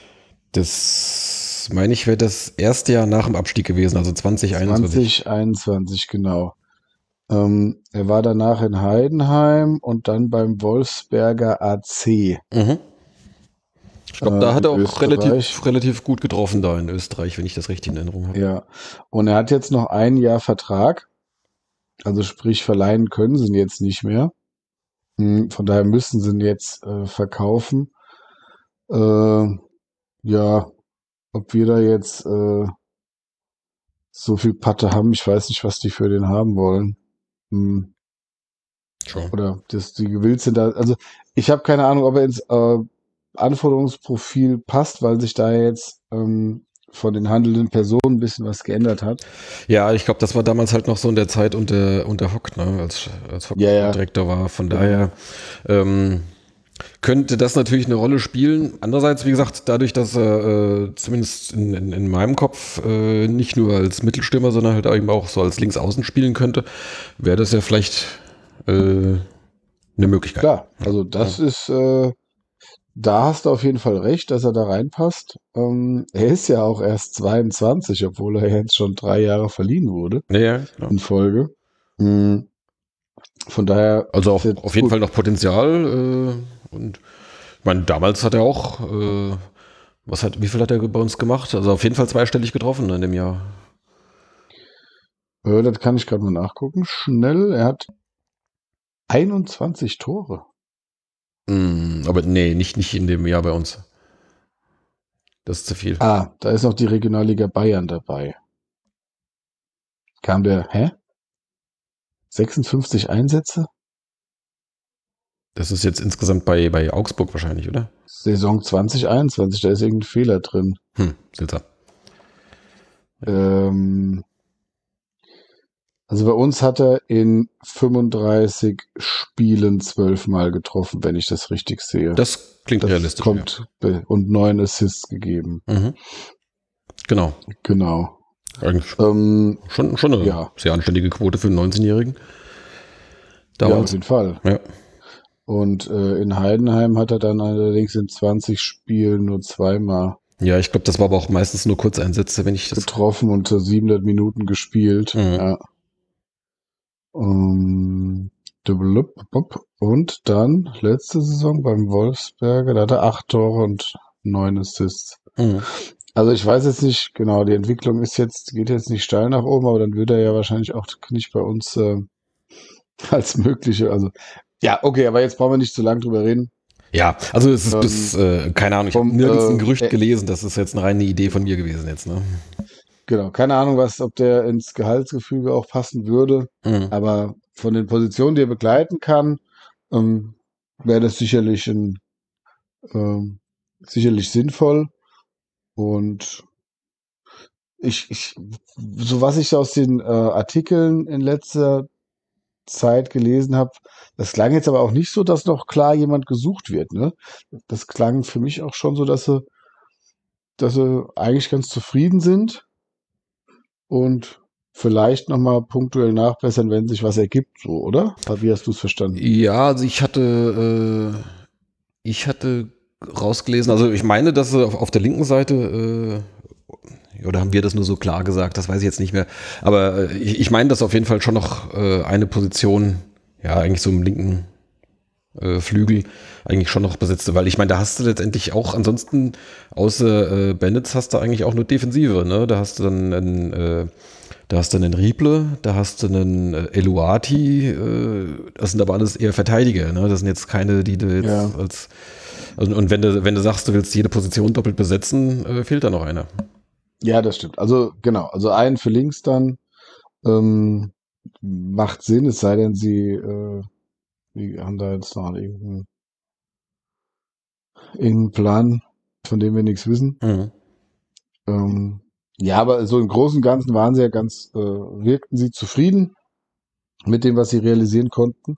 Das meine ich, wäre das erste Jahr nach dem Abstieg gewesen, also zwanzig einundzwanzig. zwanzig einundzwanzig, genau. Ähm, er war danach in Heidenheim und dann beim Wolfsberger A C Mhm. Ich glaube, da äh, hat in er auch Österreich. relativ, relativ gut getroffen da in Österreich, wenn ich das richtig in Erinnerung habe. Ja, und er hat jetzt noch ein Jahr Vertrag, also sprich verleihen können sie ihn jetzt nicht mehr. Hm, Von daher müssen sie ihn jetzt äh, verkaufen. Äh, ja, ob wir da jetzt äh, so viel Patte haben, ich weiß nicht, was die für den haben wollen. Hm, Schon. Oder dass die gewillt sind da. Also ich habe keine Ahnung, ob er ins äh, Anforderungsprofil passt, weil sich da jetzt ähm, von den handelnden Personen ein bisschen was geändert hat. Ja, ich glaube, das war damals halt noch so in der Zeit unter, unter Hock, ne, als, als Hock Ja, ja. Direktor war. Von Genau. daher ähm, könnte das natürlich eine Rolle spielen. Andererseits, wie gesagt, dadurch, dass er äh, zumindest in, in, in meinem Kopf äh, nicht nur als Mittelstürmer, sondern halt eben auch so als Linksaußen spielen könnte, wäre das ja vielleicht äh, eine Möglichkeit. Klar, also das ist, äh, da hast du auf jeden Fall recht, dass er da reinpasst. Ähm, er ist ja auch erst zweiundzwanzig, obwohl er jetzt schon drei Jahre verliehen wurde Ja, ja, genau. in Folge. Mhm. Von daher Also ist auch jetzt auf jeden gut. Fall noch Potenzial. Äh, und ich meine, damals hat er auch, äh, was hat, wie viel hat er bei uns gemacht? Also auf jeden Fall zweistellig getroffen in dem Jahr. Äh, das kann ich gerade mal nachgucken. Schnell, er hat einundzwanzig Tore. Mm, aber nee, nicht, nicht in dem Jahr bei uns. Das ist zu viel. Ah, da ist noch die Regionalliga Bayern dabei. Kam der, hä? sechsundfünfzig Einsätze? Das ist jetzt insgesamt bei, bei Augsburg wahrscheinlich, oder? Saison zwanzig einundzwanzig, da ist irgendein Fehler drin. Hm, seltsam. Ähm, also bei uns hat er in fünfunddreißig Spielen zwölfmal getroffen, wenn ich das richtig sehe. Das klingt Das realistisch. kommt be- und neun Assists gegeben. Ja. Mhm. Genau. Genau. Eigentlich Ähm, schon, schon eine ja. sehr anständige Quote für einen neunzehnjährigen. ja, auf Damals. jeden Fall. Ja. Und äh, in Heidenheim hat er dann allerdings in zwanzig Spielen nur zweimal Ja, ich glaube, das war aber auch meistens nur Kurzeinsätze, wenn ich das. getroffen und zu siebenhundert Minuten gespielt. Mhm. Ja. Um, und dann letzte Saison beim Wolfsberger, da hat er acht Tore und neun Assists. Mhm. Also ich weiß jetzt nicht, genau, die Entwicklung ist jetzt, geht jetzt nicht steil nach oben, aber dann würde er ja wahrscheinlich auch nicht bei uns äh, als mögliche, also ja, okay, aber jetzt brauchen wir nicht zu lange drüber reden. Ja, also es ist Ähm, bis, äh, keine Ahnung, ich habe vom, nirgends ein äh, Gerücht äh, gelesen, das ist jetzt eine reine Idee von mir gewesen jetzt, ne? Genau, keine Ahnung, was, ob der ins Gehaltsgefüge auch passen würde, Mhm. aber von den Positionen, die er begleiten kann, ähm, wäre das sicherlich ein, ähm, sicherlich sinnvoll. Und ich, ich, so was ich aus den äh, Artikeln in letzter Zeit gelesen habe, das klang jetzt aber auch nicht so, dass noch klar jemand gesucht wird, ne? Das klang für mich auch schon so, dass sie, dass sie eigentlich ganz zufrieden sind und vielleicht nochmal punktuell nachbessern, wenn sich was ergibt, so, oder? Wie hast du es verstanden? Ja, also ich hatte, äh, ich hatte rausgelesen, also ich meine, dass sie auf, auf der linken Seite, äh, oder haben wir das nur so klar gesagt, das weiß ich jetzt nicht mehr, aber äh, ich, ich meine, dass auf jeden Fall schon noch äh, eine Position, ja, eigentlich so im linken äh, Flügel eigentlich schon noch besetzte, weil ich meine, da hast du letztendlich auch ansonsten, außer äh, Bennetts hast du eigentlich auch nur Defensive, ne? Da hast du dann einen, äh, da hast du einen Rieble, da hast du einen äh, Eluati, äh, das sind aber alles eher Verteidiger, ne? Das sind jetzt keine, die du jetzt Ja. als also, und wenn du, wenn du sagst, du willst jede Position doppelt besetzen, äh, fehlt da noch einer. Ja, das stimmt. Also genau, also einen für links dann ähm, macht Sinn, es sei denn, sie äh, die haben da jetzt noch irgendeinen, irgendeinen Plan, von dem wir nichts wissen. Mhm. Ähm, ja, aber so im Großen und Ganzen waren sie ja ganz, äh, wirkten sie zufrieden mit dem, was sie realisieren konnten.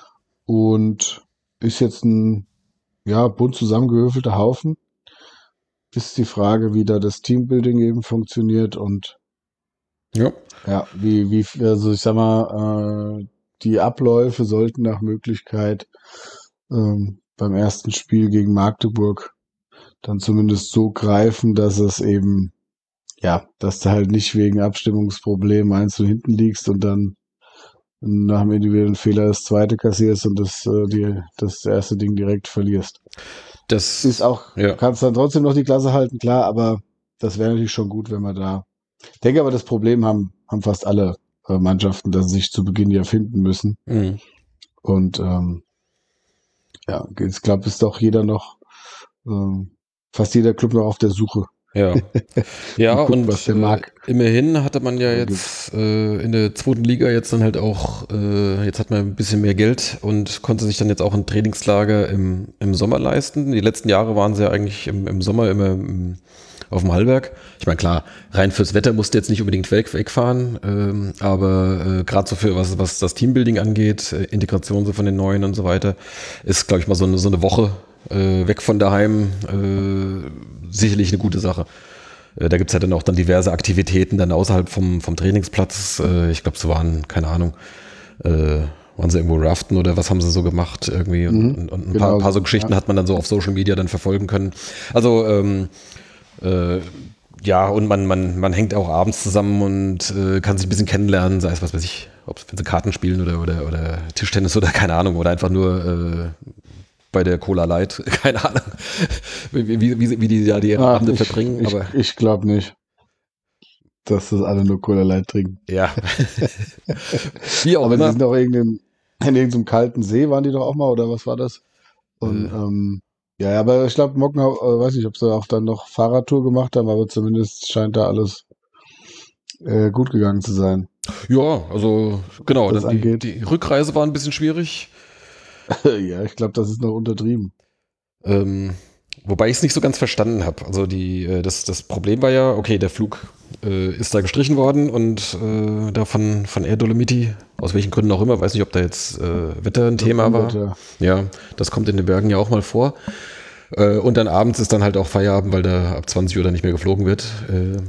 Und ist jetzt ein, ja, bunt zusammengewürfelter Haufen. Ist die Frage, wie da das Teambuilding eben funktioniert und Ja. ja, wie, wie, also ich sag mal, äh, die Abläufe sollten nach Möglichkeit ähm, beim ersten Spiel gegen Magdeburg dann zumindest so greifen, dass es eben, ja, dass du halt nicht wegen Abstimmungsproblemen eins zu hinten liegst und dann nach dem individuellen Fehler das zweite kassierst und das, äh, die, das erste Ding direkt verlierst. Das Ist auch, ja. kannst dann trotzdem noch die Klasse halten, klar, aber das wäre natürlich schon gut, wenn wir da. Ich denke aber, das Problem haben, haben fast alle äh, Mannschaften, dass sie sich zu Beginn ja finden müssen. Mhm. Und ähm, ja, ich glaube, ist doch jeder noch, ähm, fast jeder Club noch auf der Suche. Ja, ja Und guckt, und was der äh, mag. immerhin hatte man ja So jetzt äh, in der zweiten Liga jetzt dann halt auch, äh, jetzt hat man ein bisschen mehr Geld und konnte sich dann jetzt auch ein Trainingslager im, im Sommer leisten. Die letzten Jahre waren sie ja eigentlich im, im Sommer immer im, auf dem Hallberg. Ich meine, klar, rein fürs Wetter musste jetzt nicht unbedingt weg, wegfahren, ähm, aber äh, gerade so für was, was das Teambuilding angeht, äh, Integration so von den Neuen und so weiter, ist, glaube ich, mal so eine, so eine Woche äh, weg von daheim äh, sicherlich eine gute Sache. Äh, da gibt es ja dann auch dann diverse Aktivitäten dann außerhalb vom, vom Trainingsplatz. Äh, ich glaube, so waren, keine Ahnung, äh, waren sie irgendwo raften oder was haben sie so gemacht irgendwie und, Mhm, und, und ein genau paar, paar so so, Geschichten ja. hat man dann so auf Social Media dann verfolgen können. Also ähm, äh, ja, und man, man, man hängt auch abends zusammen und äh, kann sich ein bisschen kennenlernen, sei es was weiß ich, ob wenn sie Karten spielen oder, oder, oder Tischtennis oder keine Ahnung, oder einfach nur äh, bei der Cola Light, keine Ahnung, wie, wie, wie, wie die ja die Ach, Abende ich verbringen, ich, aber ich glaube nicht, dass das alle nur Cola Light trinken. ja, wie auch Aber die immer. sind auch irgendein, in irgendeinem kalten See, waren die doch auch mal, oder was war das? Und Äh, ähm, ja, ja, aber ich glaube, Mockenhau, äh, weiß nicht, ob sie auch dann noch Fahrradtour gemacht haben, aber zumindest scheint da alles äh, gut gegangen zu sein, ja, also genau, was das dann die, angeht. die Rückreise war ein bisschen schwierig. Ja, ich glaube, das ist noch untertrieben. Ähm, wobei ich es nicht so ganz verstanden habe. Also die, äh, das, das Problem war ja, okay, der Flug äh, ist da gestrichen worden und äh, da von, von Air Dolomiti, aus welchen Gründen auch immer, weiß nicht, ob da jetzt äh, Wetter ein Thema war. Unwetter. Ja, das kommt in den Bergen ja auch mal vor. Äh, und dann abends ist dann halt auch Feierabend, weil da ab zwanzig Uhr dann nicht mehr geflogen wird. Äh,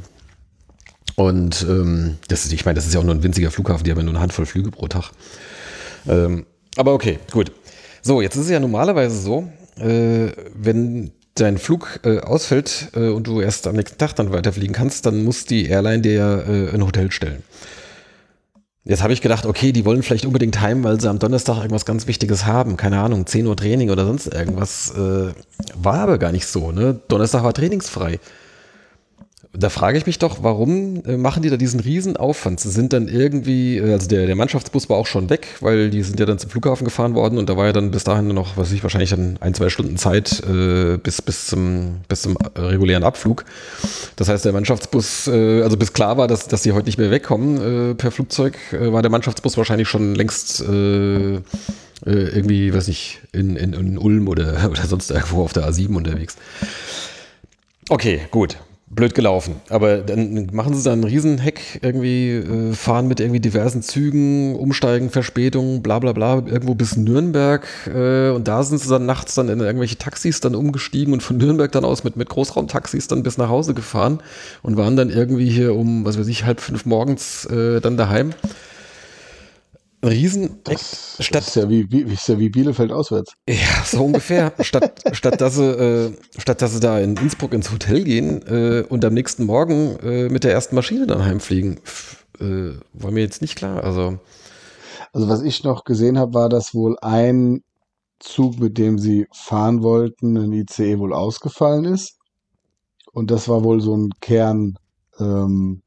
und ähm, das ist, ich meine, das ist ja auch nur ein winziger Flughafen, die haben ja nur eine Handvoll Flüge pro Tag. Ähm, aber okay, gut. So, jetzt ist es ja normalerweise so, äh, wenn dein Flug äh, ausfällt äh, und du erst am nächsten Tag dann weiterfliegen kannst, dann muss die Airline dir ja äh, ein Hotel stellen. Jetzt habe ich gedacht, okay, die wollen vielleicht unbedingt heim, weil sie am Donnerstag irgendwas ganz Wichtiges haben. Keine Ahnung, zehn Uhr Training oder sonst irgendwas. Äh, war aber gar nicht so, ne? Donnerstag war trainingsfrei. Da frage ich mich doch, warum äh, machen die da diesen riesen Aufwand? Sie sind dann irgendwie, äh, also der, der Mannschaftsbus war auch schon weg, weil die sind ja dann zum Flughafen gefahren worden und da war ja dann bis dahin nur noch, was weiß ich, wahrscheinlich dann ein, zwei Stunden Zeit äh, bis, bis, zum, bis zum regulären Abflug. Das heißt, der Mannschaftsbus, äh, also bis klar war, dass, dass die heute nicht mehr wegkommen äh, per Flugzeug, äh, war der Mannschaftsbus wahrscheinlich schon längst äh, äh, irgendwie, weiß nicht, in, in, in Ulm oder, oder sonst irgendwo auf der A sieben unterwegs. Okay, gut. Blöd gelaufen. Aber dann machen sie da einen Riesenheck, irgendwie äh, fahren mit irgendwie diversen Zügen, umsteigen, Verspätungen, bla bla bla, irgendwo bis Nürnberg. Äh, und da sind sie dann nachts dann in irgendwelche Taxis dann umgestiegen und von Nürnberg dann aus mit, mit Großraumtaxis dann bis nach Hause gefahren und waren dann irgendwie hier um, was weiß ich, halb fünf morgens äh, dann daheim. Ein Riesenheck. Das, statt, das ist, ja wie, wie, ist ja wie Bielefeld auswärts. Ja, so ungefähr. statt, statt, dass sie, äh, statt dass sie da in Innsbruck ins Hotel gehen äh, und am nächsten Morgen äh, mit der ersten Maschine dann heimfliegen, pff, äh, war mir jetzt nicht klar. Also, Also was ich noch gesehen habe, war, dass wohl ein Zug, mit dem sie fahren wollten, ein I C E wohl ausgefallen ist. Und das war wohl so ein Kern, ähm,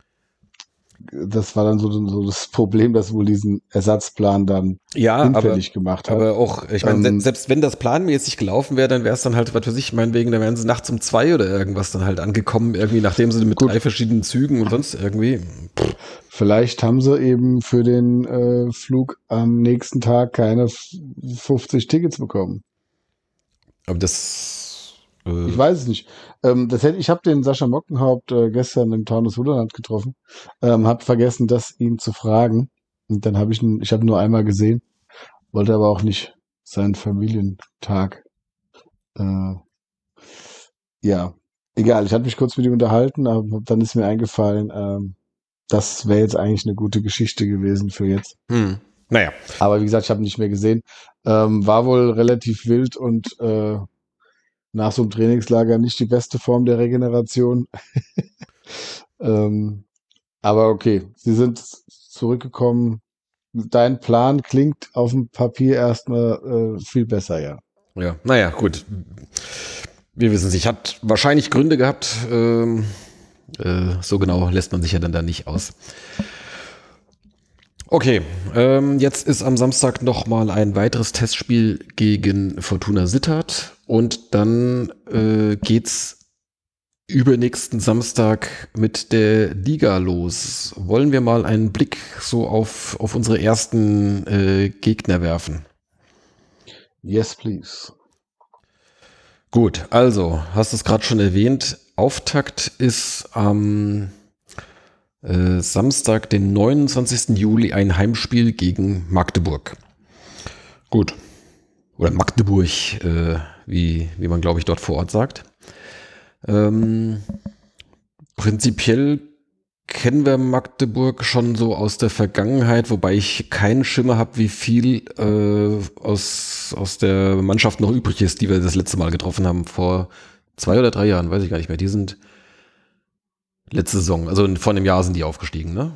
das war dann so, so das Problem, dass wohl diesen Ersatzplan dann ja, hinfällig aber, gemacht hat. aber auch, ich meine, Ähm, selbst wenn das planmäßig gelaufen wäre, dann wäre es dann halt, was für sich, meinetwegen, dann wären sie nachts um zwei oder irgendwas dann halt angekommen, irgendwie, nachdem sie mit Gut. drei verschiedenen Zügen und sonst irgendwie. Pff. Vielleicht haben sie eben für den äh, Flug am nächsten Tag keine fünfzig Tickets bekommen. Aber das. Äh, Ich weiß es nicht. Ähm, das hätte, ich habe den Sascha Mockenhaupt äh, gestern im Taunus Wunderland getroffen, ähm, habe vergessen, das ihn zu fragen. Und dann habe ich ihn, ich habe ihn nur einmal gesehen, wollte aber auch nicht seinen Familientag. Äh, ja, egal. Ich hatte mich kurz mit ihm unterhalten, aber dann ist mir eingefallen, ähm, das wäre jetzt eigentlich eine gute Geschichte gewesen für jetzt. hm. Naja. Aber wie gesagt, ich habe ihn nicht mehr gesehen. Ähm, war wohl relativ wild und äh, nach so einem Trainingslager nicht die beste Form der Regeneration. ähm, aber okay, sie sind zurückgekommen. Dein Plan klingt auf dem Papier erstmal äh, viel besser, ja. Ja, naja, gut. Wir wissen es nicht. Hat wahrscheinlich Gründe gehabt. Ähm, äh, so genau lässt man sich ja dann da nicht aus. Okay, ähm, jetzt ist am Samstag nochmal ein weiteres Testspiel gegen Fortuna Sittard und dann äh, geht's übernächsten Samstag mit der Liga los. Wollen wir mal einen Blick so auf, auf unsere ersten äh, Gegner werfen? Yes, please. Gut, also, hast du es gerade schon erwähnt, Auftakt ist am äh, Samstag, den neunundzwanzigsten Juli, ein Heimspiel gegen Magdeburg. Gut. Oder Magdeburg, äh, wie, wie man, glaube ich, dort vor Ort sagt. Ähm, prinzipiell kennen wir Magdeburg schon so aus der Vergangenheit, wobei ich keinen Schimmer habe, wie viel äh, aus, aus der Mannschaft noch übrig ist, die wir das letzte Mal getroffen haben, vor zwei oder drei Jahren, weiß ich gar nicht mehr. Die sind letzte Saison, also vor einem Jahr sind die aufgestiegen, ne?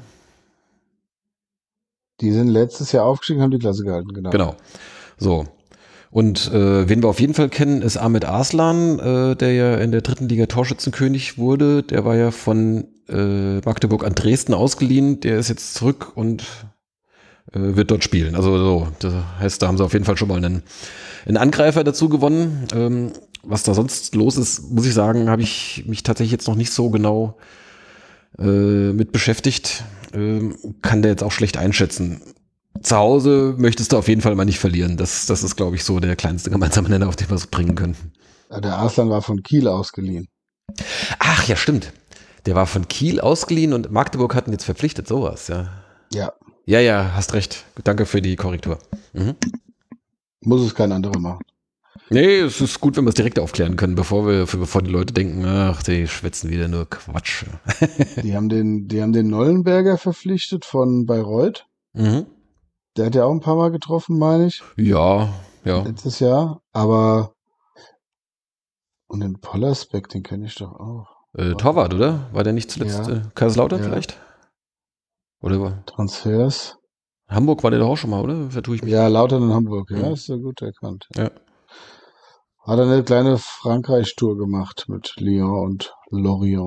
Die sind letztes Jahr aufgestiegen, haben die Klasse gehalten, genau. Genau. So. Und äh, wen wir auf jeden Fall kennen, ist Ahmed Arslan, äh, der ja in der dritten Liga Torschützenkönig wurde. Der war ja von äh, Magdeburg an Dresden ausgeliehen. Der ist jetzt zurück und äh, wird dort spielen. Also so, das heißt, da haben sie auf jeden Fall schon mal einen, einen Angreifer dazu gewonnen. Ähm, was da sonst los ist, muss ich sagen, habe ich mich tatsächlich jetzt noch nicht so genau äh, mit beschäftigt. Ähm, kann der jetzt auch schlecht einschätzen. Zu Hause möchtest du auf jeden Fall mal nicht verlieren. Das, das ist, glaube ich, so der kleinste gemeinsame Nenner, auf den wir es bringen können. Der Arslan war von Kiel ausgeliehen. Ach ja, stimmt. Der war von Kiel ausgeliehen und Magdeburg hatten jetzt verpflichtet, sowas, ja. Ja. Ja, ja, hast recht. Danke für die Korrektur. Mhm. Muss es kein anderer machen. Nee, es ist gut, wenn wir es direkt aufklären können, bevor wir, bevor die Leute denken, ach, die schwätzen wieder nur Quatsch. Die haben den, die haben den Nollenberger verpflichtet von Bayreuth. Mhm. Der hat ja auch ein paar Mal getroffen, meine ich. Ja, ja. Letztes Jahr. Aber und den Pollersbeck, den kenne ich doch auch. Äh, Torwart, oder? War der nicht zuletzt Ja. äh, Kaiserslautern Ja. vielleicht? Oder Transfers. Hamburg war der doch auch schon mal, oder? Vertue ich mich? Ja, Lautern und Hamburg. Ja, Mhm. ist ja gut erkannt. Ja. Hat er eine kleine Frankreich-Tour gemacht mit Lyon und Lorient.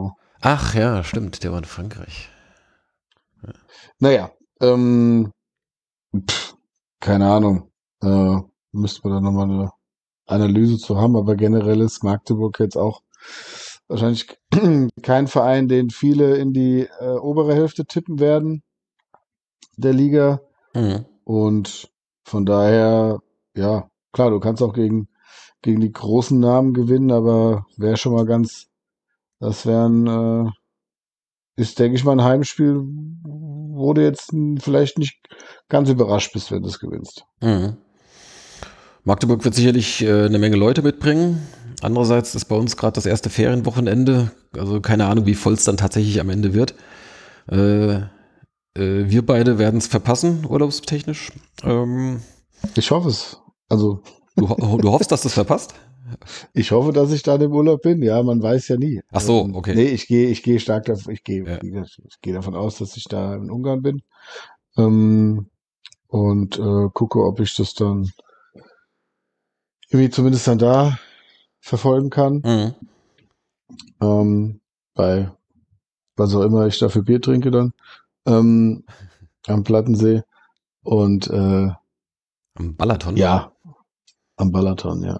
Ach ja, stimmt, der war in Frankreich. Naja, ähm, pff, keine Ahnung. Äh, müsste man da nochmal eine Analyse zu haben, aber generell ist Magdeburg jetzt auch wahrscheinlich kein Verein, den viele in die äh, obere Hälfte tippen werden der Liga. Mhm. Und von daher, ja, klar, du kannst auch gegen, gegen die großen Namen gewinnen, aber wäre schon mal ganz, das wären, äh, ist, denke ich mal, ein Heimspiel, wo du jetzt vielleicht nicht ganz überrascht bist, wenn du es gewinnst. Mhm. Magdeburg wird sicherlich äh, eine Menge Leute mitbringen. Andererseits ist bei uns gerade das erste Ferienwochenende. Also keine Ahnung, wie voll es dann tatsächlich am Ende wird. Äh, äh, wir beide werden es verpassen, urlaubstechnisch. Ähm, Ich hoffe es. Also, du, ho- du hoffst, dass du es verpasst? ich hoffe, dass ich da im Urlaub bin. Ja, man weiß ja nie. Ach so, Ähm, okay. nee, ich gehe, ich gehe stark davon, ich gehe, Ja. wie gesagt, ich gehe davon aus, dass ich da in Ungarn bin. Ähm, und äh, gucke, ob ich das dann irgendwie zumindest dann da verfolgen kann. Mhm. Ähm, bei was auch immer ich da für Bier trinke dann. Ähm, am Plattensee. Und äh, Am Balaton. ja, am Balaton, ja.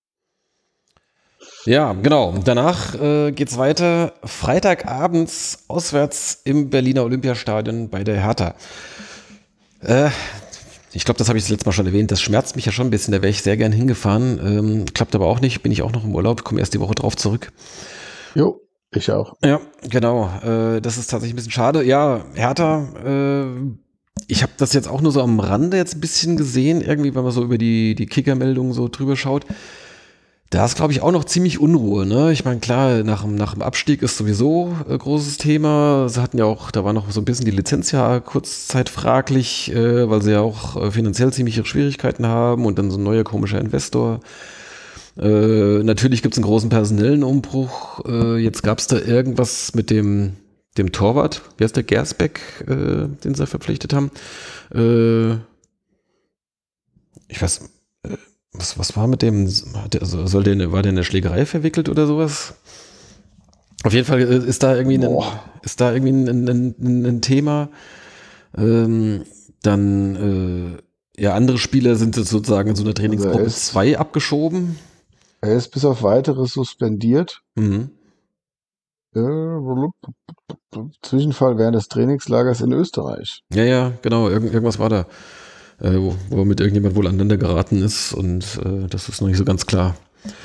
Ja, genau. Danach äh, geht's weiter. Freitagabends auswärts im Berliner Olympiastadion bei der Hertha. Äh, ich glaube, das habe ich das letzte Mal schon erwähnt. Das schmerzt mich ja schon ein bisschen. Da wäre ich sehr gern hingefahren. Ähm, klappt aber auch nicht. Bin ich auch noch im Urlaub. Komme erst die Woche drauf zurück. Jo, ich auch. Ja, genau. Äh, das ist tatsächlich ein bisschen schade. Ja, Hertha. Äh, ich habe das jetzt auch nur so am Rande jetzt ein bisschen gesehen. Irgendwie, wenn man so über die, die Kicker-Meldungen so drüber schaut. Da ist, glaube ich, auch noch ziemlich Unruhe. Ne? Ich meine, klar, nach, dem- nach dem Abstieg ist sowieso ein großes Thema. Sie hatten ja auch, da war noch so ein bisschen die Lizenz ja kurzzeit fraglich, äh, weil sie ja auch äh, finanziell ziemlich ihre Schwierigkeiten haben und dann so ein neuer komischer Investor. Äh, natürlich gibt es einen großen personellen Umbruch. Äh, jetzt gab es da irgendwas mit dem, dem Torwart. Wer ist der Gersbeck, äh, den sie verpflichtet haben? Äh, ich weiß, äh, was, was war mit dem? Hat der, also soll der, eine- war der in eine Schlägerei verwickelt oder sowas? Auf jeden Fall äh, ist da irgendwie ein, Boah. ist da irgendwie ein, ein, ein, ein Thema. Ähm, dann, äh, ja, andere Spieler sind jetzt sozusagen in so einer Also er Trainingsgruppe ist, zwei abgeschoben. er ist bis auf weiteres suspendiert. Mhm. Äh, Zwischenfall während des Trainingslagers in Österreich. Ja, ja, genau, irgend, irgendwas war da, äh, wo, wo mit irgendjemand wohl aneinander geraten ist und äh, das ist noch nicht so ganz klar.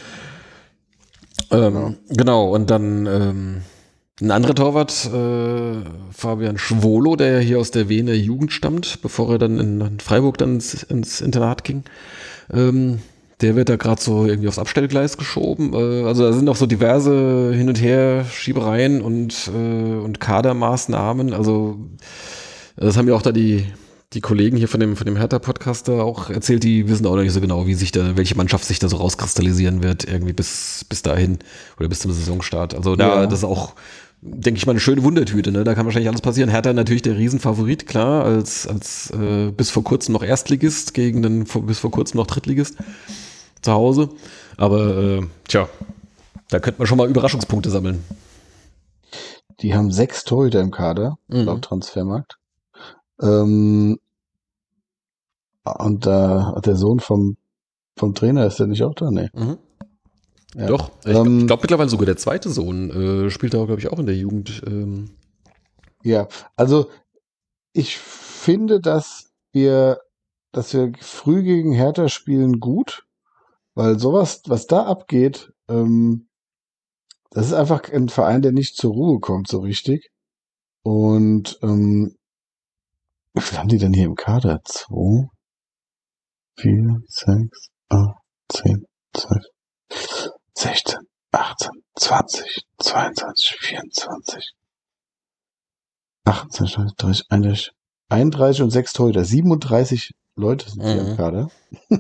Ähm, Genau. genau, und dann ähm, ein anderer Torwart, äh, Fabian Schwolo, der ja hier aus der Wiener Jugend stammt, bevor er dann in, in Freiburg dann ins, ins Internat ging. Ähm, der wird da gerade so irgendwie aufs Abstellgleis geschoben. Äh, also da sind auch so diverse Hin- und Her Schiebereien und, äh, und Kadermaßnahmen. Also das haben ja auch da die, die Kollegen hier von dem, von dem Hertha-Podcaster auch erzählt, die wissen auch noch nicht so genau, wie sich da, welche Mannschaft sich da so rauskristallisieren wird, irgendwie bis, bis dahin oder bis zum Saisonstart. Also da, Ja. das ist auch, denke ich mal, eine schöne Wundertüte, ne? Da kann wahrscheinlich alles passieren. Hertha natürlich der Riesenfavorit, klar, als, als äh, bis vor kurzem noch Erstligist gegen den vor- bis vor kurzem noch Drittligist zu Hause. Aber äh, tja, da könnte man schon mal Überraschungspunkte sammeln. Die haben sechs Torhüter im Kader, Mhm. laut Transfermarkt. Ähm, und da hat der Sohn vom, vom Trainer, ist der nicht auch da? Nee. Mhm. Ja. Doch, ich glaube Ähm, glaub mittlerweile sogar der zweite Sohn äh, spielt da, glaube ich, auch in der Jugend. Ähm, ja, also ich finde, dass wir, dass wir früh gegen Hertha spielen gut, weil sowas, was da abgeht, ähm, das ist einfach ein Verein, der nicht zur Ruhe kommt so richtig. Und ähm, wie viel haben die denn hier im Kader? Zwei, vier, sechs, acht, zehn, zwölf, sechzehn, achtzehn, zwanzig, zweiundzwanzig, vierundzwanzig, achtundzwanzig, dreißig, einunddreißig, einunddreißig und sechs Torhüter. siebenunddreißig Leute sind hier Mhm. im Kader.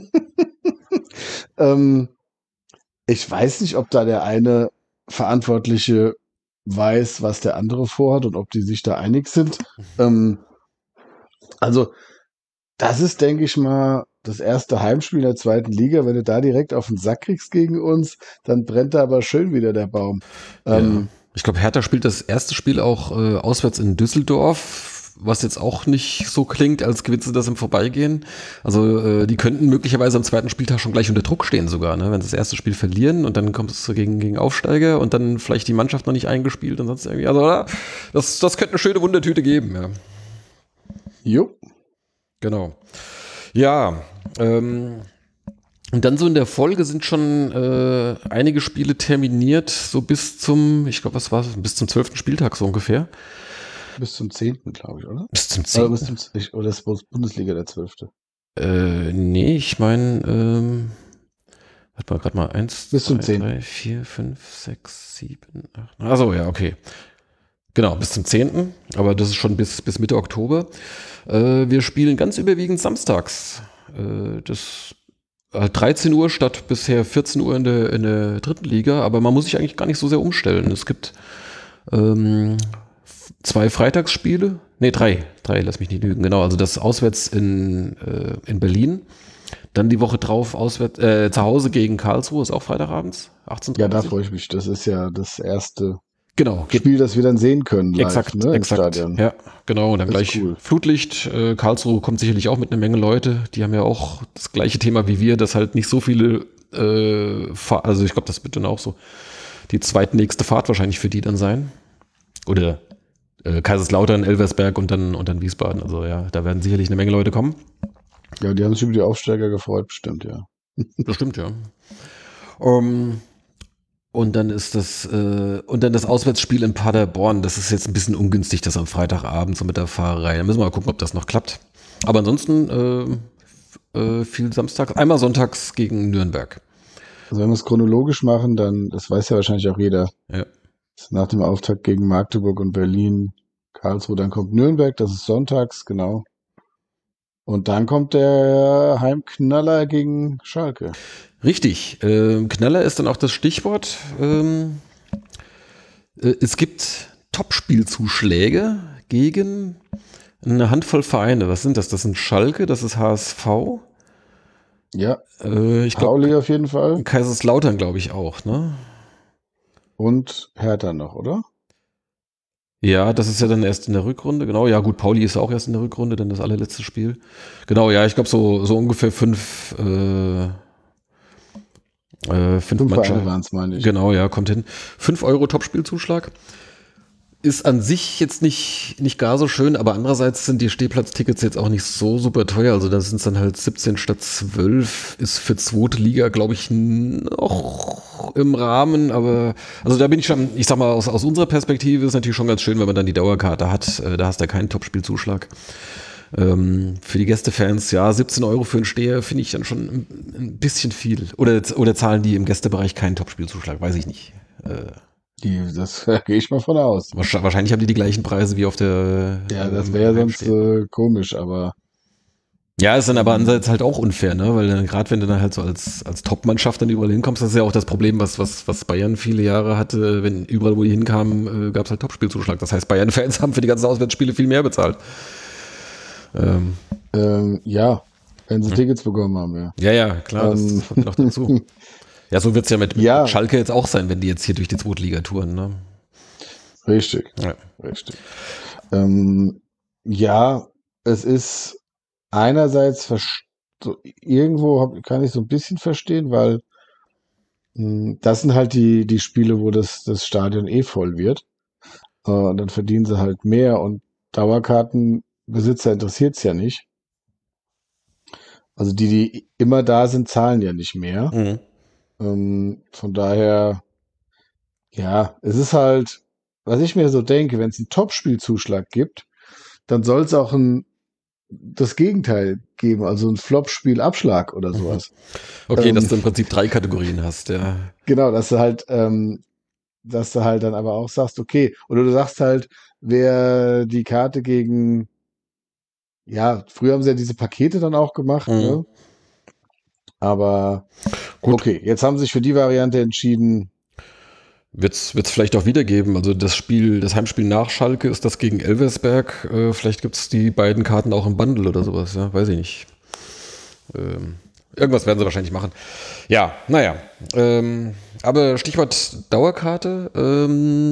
ähm, ich weiß nicht, ob da der eine Verantwortliche weiß, was der andere vorhat und ob die sich da einig sind. Ähm, also, das ist, denke ich mal, das erste Heimspiel in der zweiten Liga. Wenn du da direkt auf den Sack kriegst gegen uns, dann brennt da aber schön wieder der Baum. ja, Ähm, Ich glaube, Hertha spielt das erste Spiel auch äh, auswärts in Düsseldorf, was jetzt auch nicht so klingt, als gewinnen sie das im Vorbeigehen. Also äh, die könnten möglicherweise am zweiten Spieltag schon gleich unter Druck stehen sogar, ne? Wenn sie das erste Spiel verlieren und dann kommt es gegen, gegen Aufsteiger und dann vielleicht die Mannschaft noch nicht eingespielt und sonst irgendwie. Also oder? das, das könnte eine schöne Wundertüte geben, ja. Jo. Genau. Ja, ähm, und dann so in der Folge sind schon äh, einige Spiele terminiert, so bis zum, ich glaube, was war es, bis zum zwölften Spieltag so ungefähr. Bis zum zehnten, glaube ich, oder? Bis zum Oder, zehnten. bis zum, ich, oder ist Bundesliga der zwölfte? Äh, nee, ich meine, ähm, warte mal, gerade mal, eins, Bis zum zwei, zehnten. drei, vier, fünf, sechs, sieben, acht. Achso, ja, okay. Genau, bis zum zehnten. Aber das ist schon bis, bis Mitte Oktober. Äh, wir spielen ganz überwiegend samstags. Äh, das halt dreizehn Uhr statt bisher vierzehn Uhr in der, in der dritten Liga. Aber man muss sich eigentlich gar nicht so sehr umstellen. Es gibt ähm, zwei Freitagsspiele. Nee, drei. Drei, lass mich nicht lügen. Genau, also das auswärts in, äh, in Berlin. Dann die Woche drauf auswärts, äh, zu Hause gegen Karlsruhe, ist auch Freitagabends, achtzehn Uhr Ja, dreißig. da freue ich mich. Das ist ja das erste Genau, geht Spiel, das wir dann sehen können live, exakt, ne, im exakt. Stadion. Ja, genau. Und dann Das ist gleich cool. Flutlicht. Äh, Karlsruhe kommt sicherlich auch mit einer Menge Leute. Die haben ja auch das gleiche Thema wie wir, dass halt nicht so viele, äh, Fahr- also ich glaube, das wird dann auch so die zweitnächste Fahrt wahrscheinlich für die dann sein. Oder äh, Kaiserslautern, Elversberg und dann, und dann Wiesbaden. Also ja, da werden sicherlich eine Menge Leute kommen. Ja, die haben sich über die Aufsteiger gefreut, bestimmt, ja. Bestimmt, ja. Um, und dann ist das, äh, und dann das Auswärtsspiel in Paderborn. Das ist jetzt ein bisschen ungünstig, das am Freitagabend so mit der Fahrerei. Da müssen wir mal gucken, ob das noch klappt. Aber ansonsten äh, äh, viel Samstag, einmal sonntags gegen Nürnberg. Also wenn wir es chronologisch machen, dann, das weiß ja wahrscheinlich auch jeder, Ja. ist nach dem Auftakt gegen Magdeburg und Berlin, Karlsruhe, dann kommt Nürnberg, das ist sonntags, genau. Und dann kommt der Heimknaller gegen Schalke. Richtig. Ähm, Knaller ist dann auch das Stichwort. Ähm, äh, es gibt Topspielzuschläge gegen eine Handvoll Vereine. Was sind das? Das sind Schalke, das ist H S V. Ja, Äh, ich Pauli glaube, auf jeden Fall. Kaiserslautern, glaube ich, auch, ne? Und Hertha noch, oder? Ja, das ist ja dann erst in der Rückrunde, genau. Ja, gut, Pauli ist auch erst in der Rückrunde, dann das allerletzte Spiel. Genau, ja, ich glaube, so, so ungefähr fünf, äh, äh, fünf, Fünf Vereine Mannschaften. waren es, meine ich. Genau, ja, kommt hin. Fünf Euro Topspielzuschlag. Ist an sich jetzt nicht, nicht gar so schön, aber andererseits sind die Stehplatztickets jetzt auch nicht so super teuer. Also da sind es dann halt siebzehn statt zwölf. Ist für zweite Liga, glaube ich, noch im Rahmen. Aber also da bin ich schon, ich sag mal, aus, aus unserer Perspektive ist natürlich schon ganz schön, wenn man dann die Dauerkarte hat. Äh, da hast du ja keinen Topspielzuschlag. Ähm, für die Gästefans, ja, siebzehn Euro für einen Steher finde ich dann schon ein, ein bisschen viel. Oder, oder zahlen die im Gästebereich keinen Topspielzuschlag? Weiß ich nicht. Äh, Die, das gehe ich mal von aus. Wahrscheinlich haben die die gleichen Preise wie auf der. Ja, das ähm, wäre sonst Heimstehen. äh, komisch, aber Ja, ist dann aber andererseits halt auch unfair, ne? Weil dann gerade wenn du dann halt so als, als Top-Mannschaft dann überall hinkommst, das ist ja auch das Problem, was, was, was Bayern viele Jahre hatte. Wenn überall, wo die hinkamen, äh, gab es halt Topspielzuschlag. Das heißt, Bayern-Fans haben für die ganzen Auswärtsspiele viel mehr bezahlt. Ähm, ähm, ja, wenn sie Tickets bekommen haben, ja. ja, ja, klar, das Ähm. kommt noch dazu. Ja, so wird's ja mit, mit Ja. Schalke jetzt auch sein, wenn die jetzt hier durch die zweite Liga touren, ne? Richtig, Ja. richtig. Ähm, ja, es ist einerseits verst- so, irgendwo hab, kann ich so ein bisschen verstehen, weil mh, das sind halt die, die Spiele, wo das, das Stadion eh voll wird. Äh, und dann verdienen sie halt mehr und Dauerkartenbesitzer interessiert es ja nicht. Also die, die immer da sind, zahlen ja nicht mehr. Mhm. Ähm, von daher, ja, es ist halt, was ich mir so denke, wenn es einen Topspielzuschlag gibt, dann soll es auch ein, das Gegenteil geben, also ein Flop-Spiel-Abschlag oder sowas. Okay, Ähm. dass du im Prinzip drei Kategorien hast, ja. Genau, dass du halt, ähm, dass du halt dann aber auch sagst, okay, oder du sagst halt, wer die Karte gegen, ja, früher haben sie ja diese Pakete dann auch gemacht, Mhm. ne? Aber Gut. okay, jetzt haben sie sich für die Variante entschieden. Wird's wird's vielleicht auch wiedergeben. Also das Spiel, das Heimspiel nach Schalke ist das gegen Elversberg. Äh, vielleicht gibt's die beiden Karten auch im Bundle oder sowas, ja, weiß ich nicht. Ähm, irgendwas werden sie wahrscheinlich machen. Ja, naja. Ähm, aber Stichwort Dauerkarte. Ähm,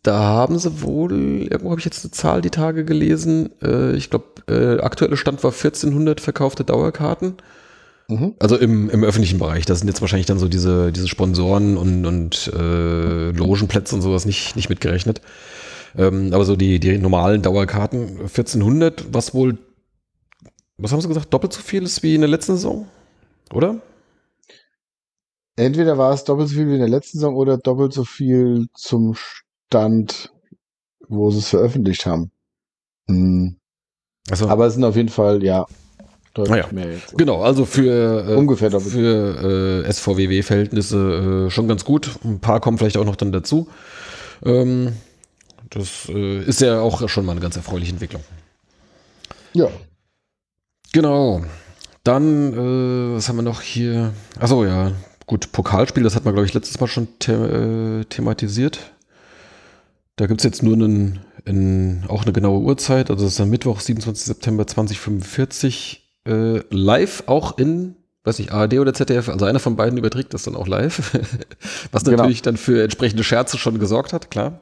da haben sie wohl, irgendwo habe ich jetzt eine Zahl die Tage gelesen, äh, ich glaube, äh, aktuelle Stand war vierzehnhundert verkaufte Dauerkarten. Mhm. Also im, im öffentlichen Bereich, da sind jetzt wahrscheinlich dann so diese, diese Sponsoren und, und äh, Logenplätze und sowas nicht, nicht mitgerechnet. Ähm, aber so die, die normalen Dauerkarten, vierzehnhundert, was wohl, was haben sie gesagt, doppelt so viel ist wie in der letzten Saison, oder? Entweder war es doppelt so viel wie in der letzten Saison oder doppelt so viel zum Stand, wo sie es veröffentlicht haben. Hm. Also, Aber es sind auf jeden Fall, ja, deutlich naja, mehr jetzt. genau, also für, äh, Ungefähr doppelt. für äh, S V W W-Verhältnisse äh, schon ganz gut. Ein paar kommen vielleicht auch noch dann dazu. Ähm, das äh, ist ja auch schon mal eine ganz erfreuliche Entwicklung. Ja. Genau. Dann, äh, was haben wir noch hier? Achso, ja, gut, Pokalspiel, das hat man, glaube ich, letztes Mal schon the äh, thematisiert. Da gibt es jetzt nur einen, einen, auch eine genaue Uhrzeit, also das ist dann Mittwoch, siebenundzwanzigster September zweitausendfünfundvierzig, äh, live auch in, weiß nicht, A R D oder Z D F, also einer von beiden überträgt das dann auch live, was Genau. natürlich dann für entsprechende Scherze schon gesorgt hat, klar.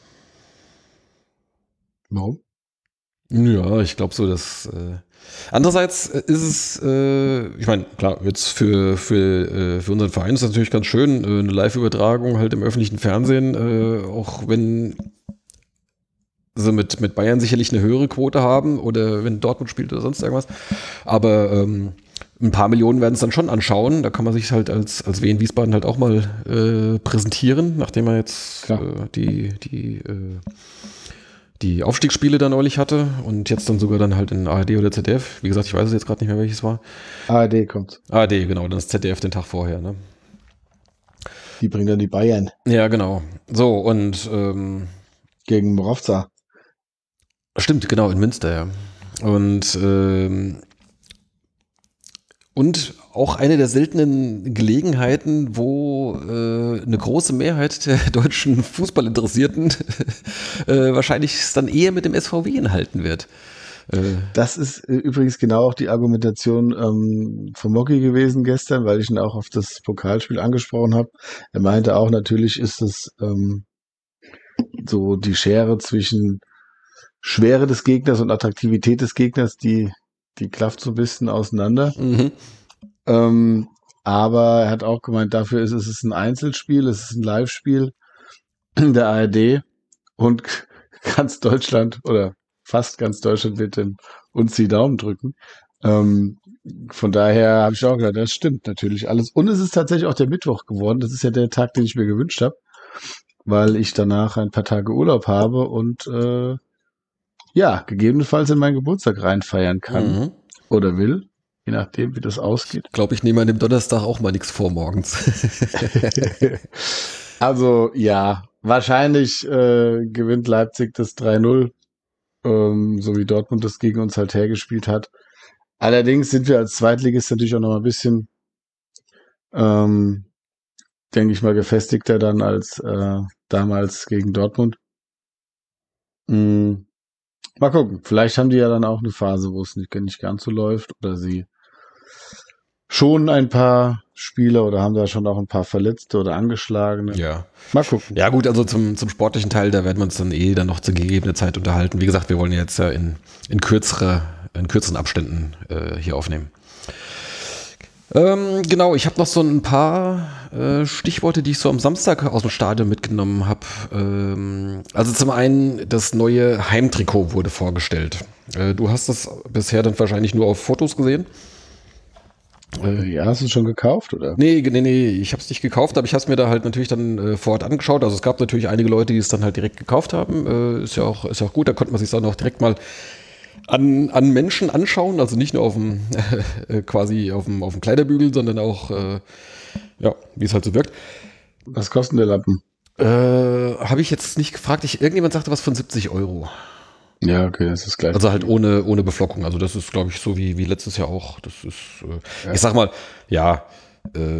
Warum? Ja, ich glaube so, dass äh, andererseits ist es, äh, ich meine, klar, jetzt für, für, äh, für unseren Verein ist das natürlich ganz schön, äh, eine Live-Übertragung halt im öffentlichen Fernsehen, äh, auch wenn sie mit, mit Bayern sicherlich eine höhere Quote haben oder wenn Dortmund spielt oder sonst irgendwas. Aber ähm, ein paar Millionen werden es dann schon anschauen. Da kann man sich halt als, als W in Wiesbaden halt auch mal äh, präsentieren, nachdem man jetzt äh, die, die äh, die Aufstiegsspiele da neulich hatte und jetzt dann sogar dann halt in A R D oder Z D F. Wie gesagt, ich weiß es jetzt gerade nicht mehr, welches war. A R D kommt. A R D, genau, dann ist Z D F den Tag vorher, ne? Die bringen dann die Bayern Ja, genau. So, und ähm, gegen Moravca. stimmt, genau, in Münster, ja. Und ähm, Und auch eine der seltenen Gelegenheiten, wo äh, eine große Mehrheit der deutschen Fußballinteressierten äh, wahrscheinlich es dann eher mit dem S V W enthalten wird. Äh, Das ist äh, übrigens genau auch die Argumentation ähm, von Mocky gewesen gestern, weil ich ihn auch auf das Pokalspiel angesprochen habe. Er meinte auch, natürlich ist es ähm, so die Schere zwischen Schwere des Gegners und Attraktivität des Gegners, die, die klafft so ein bisschen auseinander. mhm. Ähm, aber er hat auch gemeint, dafür ist es ist ein Einzelspiel, es ist ein Live-Spiel der A R D und ganz Deutschland oder fast ganz Deutschland wird dem uns die Daumen drücken. Ähm, von daher habe ich auch gedacht, das stimmt natürlich alles. Und es ist tatsächlich auch der Mittwoch geworden. Das ist ja der Tag, den ich mir gewünscht habe, weil ich danach ein paar Tage Urlaub habe und äh, ja, gegebenenfalls in meinen Geburtstag reinfeiern kann Mhm. oder will, je nachdem, wie das ausgeht. Ich glaube, ich nehme an dem Donnerstag auch mal nichts vor morgens. Also ja, wahrscheinlich äh, gewinnt Leipzig das drei null, ähm, so wie Dortmund das gegen uns halt hergespielt hat. Allerdings sind wir als Zweitligist natürlich auch noch mal ein bisschen, ähm, denke ich mal, gefestigter dann als äh, damals gegen Dortmund. Mm, mal gucken, vielleicht haben die ja dann auch eine Phase, wo es nicht, nicht ganz so läuft oder sie schon ein paar Spieler oder haben da schon auch ein paar Verletzte oder Angeschlagene. Ja. Mal gucken. Ja gut, also zum, zum sportlichen Teil, da werden wir uns dann eh dann noch zu gegebener Zeit unterhalten. Wie gesagt, wir wollen ja jetzt ja in, in, kürzere, in kürzeren Abständen äh, hier aufnehmen. Ähm, genau, ich habe noch so ein paar äh, Stichworte, die ich so am Samstag aus dem Stadion mitgenommen habe. Ähm, also zum einen, das neue Heimtrikot wurde vorgestellt. Äh, du hast das bisher dann wahrscheinlich nur auf Fotos gesehen. Äh, ja, hast du es schon gekauft, oder? Nee, nee, nee, ich habe es nicht gekauft, aber ich habe es mir da halt natürlich dann äh, vor Ort angeschaut. Also es gab natürlich einige Leute, die es dann halt direkt gekauft haben. Äh, ist ja auch, ist ja auch gut, da konnte man sich dann auch direkt mal an, an Menschen anschauen. Also nicht nur auf dem äh, quasi auf dem, auf dem Kleiderbügel, sondern auch, äh, ja, wie es halt so wirkt. Was kosten der Lappen? Äh, habe ich jetzt nicht gefragt. Ich, irgendjemand sagte was von siebzig Euro. Ja, okay, das ist gleich. Also halt ohne, ohne Beflockung. Also das ist, glaube ich, so wie, wie letztes Jahr auch. Das ist, äh, ja. Ich sag mal, ja, äh,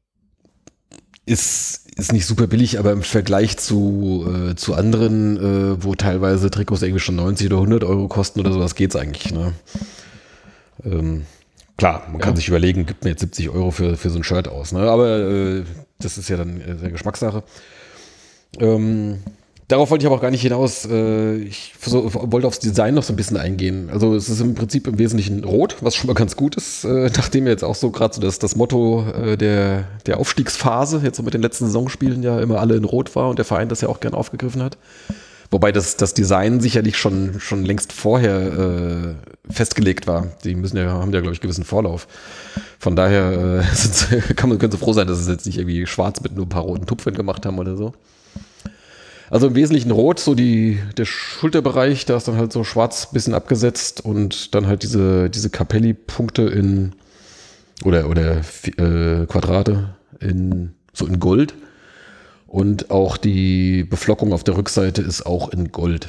ist, ist nicht super billig, aber im Vergleich zu, äh, zu anderen, äh, wo teilweise Trikots irgendwie schon neunzig oder hundert Euro kosten oder sowas, geht's eigentlich. Ne? Ähm, klar, man ja. kann sich überlegen, gibt mir jetzt siebzig Euro für, für so ein Shirt aus. Ne? Aber äh, das ist ja dann äh, Geschmackssache. Ähm, Darauf wollte ich aber auch gar nicht hinaus. Äh, Ich so, wollte aufs Design noch so ein bisschen eingehen. Also es ist im Prinzip im Wesentlichen rot, was schon mal ganz gut ist, äh, nachdem wir jetzt auch so gerade so das, das Motto äh, der, der Aufstiegsphase jetzt so mit den letzten Saisonspielen ja immer alle in rot war und der Verein das ja auch gern aufgegriffen hat. Wobei das, das Design sicherlich schon, schon längst vorher äh, festgelegt war. Die müssen ja, haben ja, glaube ich, gewissen Vorlauf. Von daher äh, sind, kann man, können sie froh sein, dass sie es jetzt nicht irgendwie schwarz mit nur ein paar roten Tupfen gemacht haben oder so. Also im Wesentlichen rot, so die, der Schulterbereich, da ist dann halt so schwarz bisschen abgesetzt und dann halt diese, diese Capelli-Punkte in, oder, oder äh, Quadrate in, so in Gold. Und auch die Beflockung auf der Rückseite ist auch in Gold.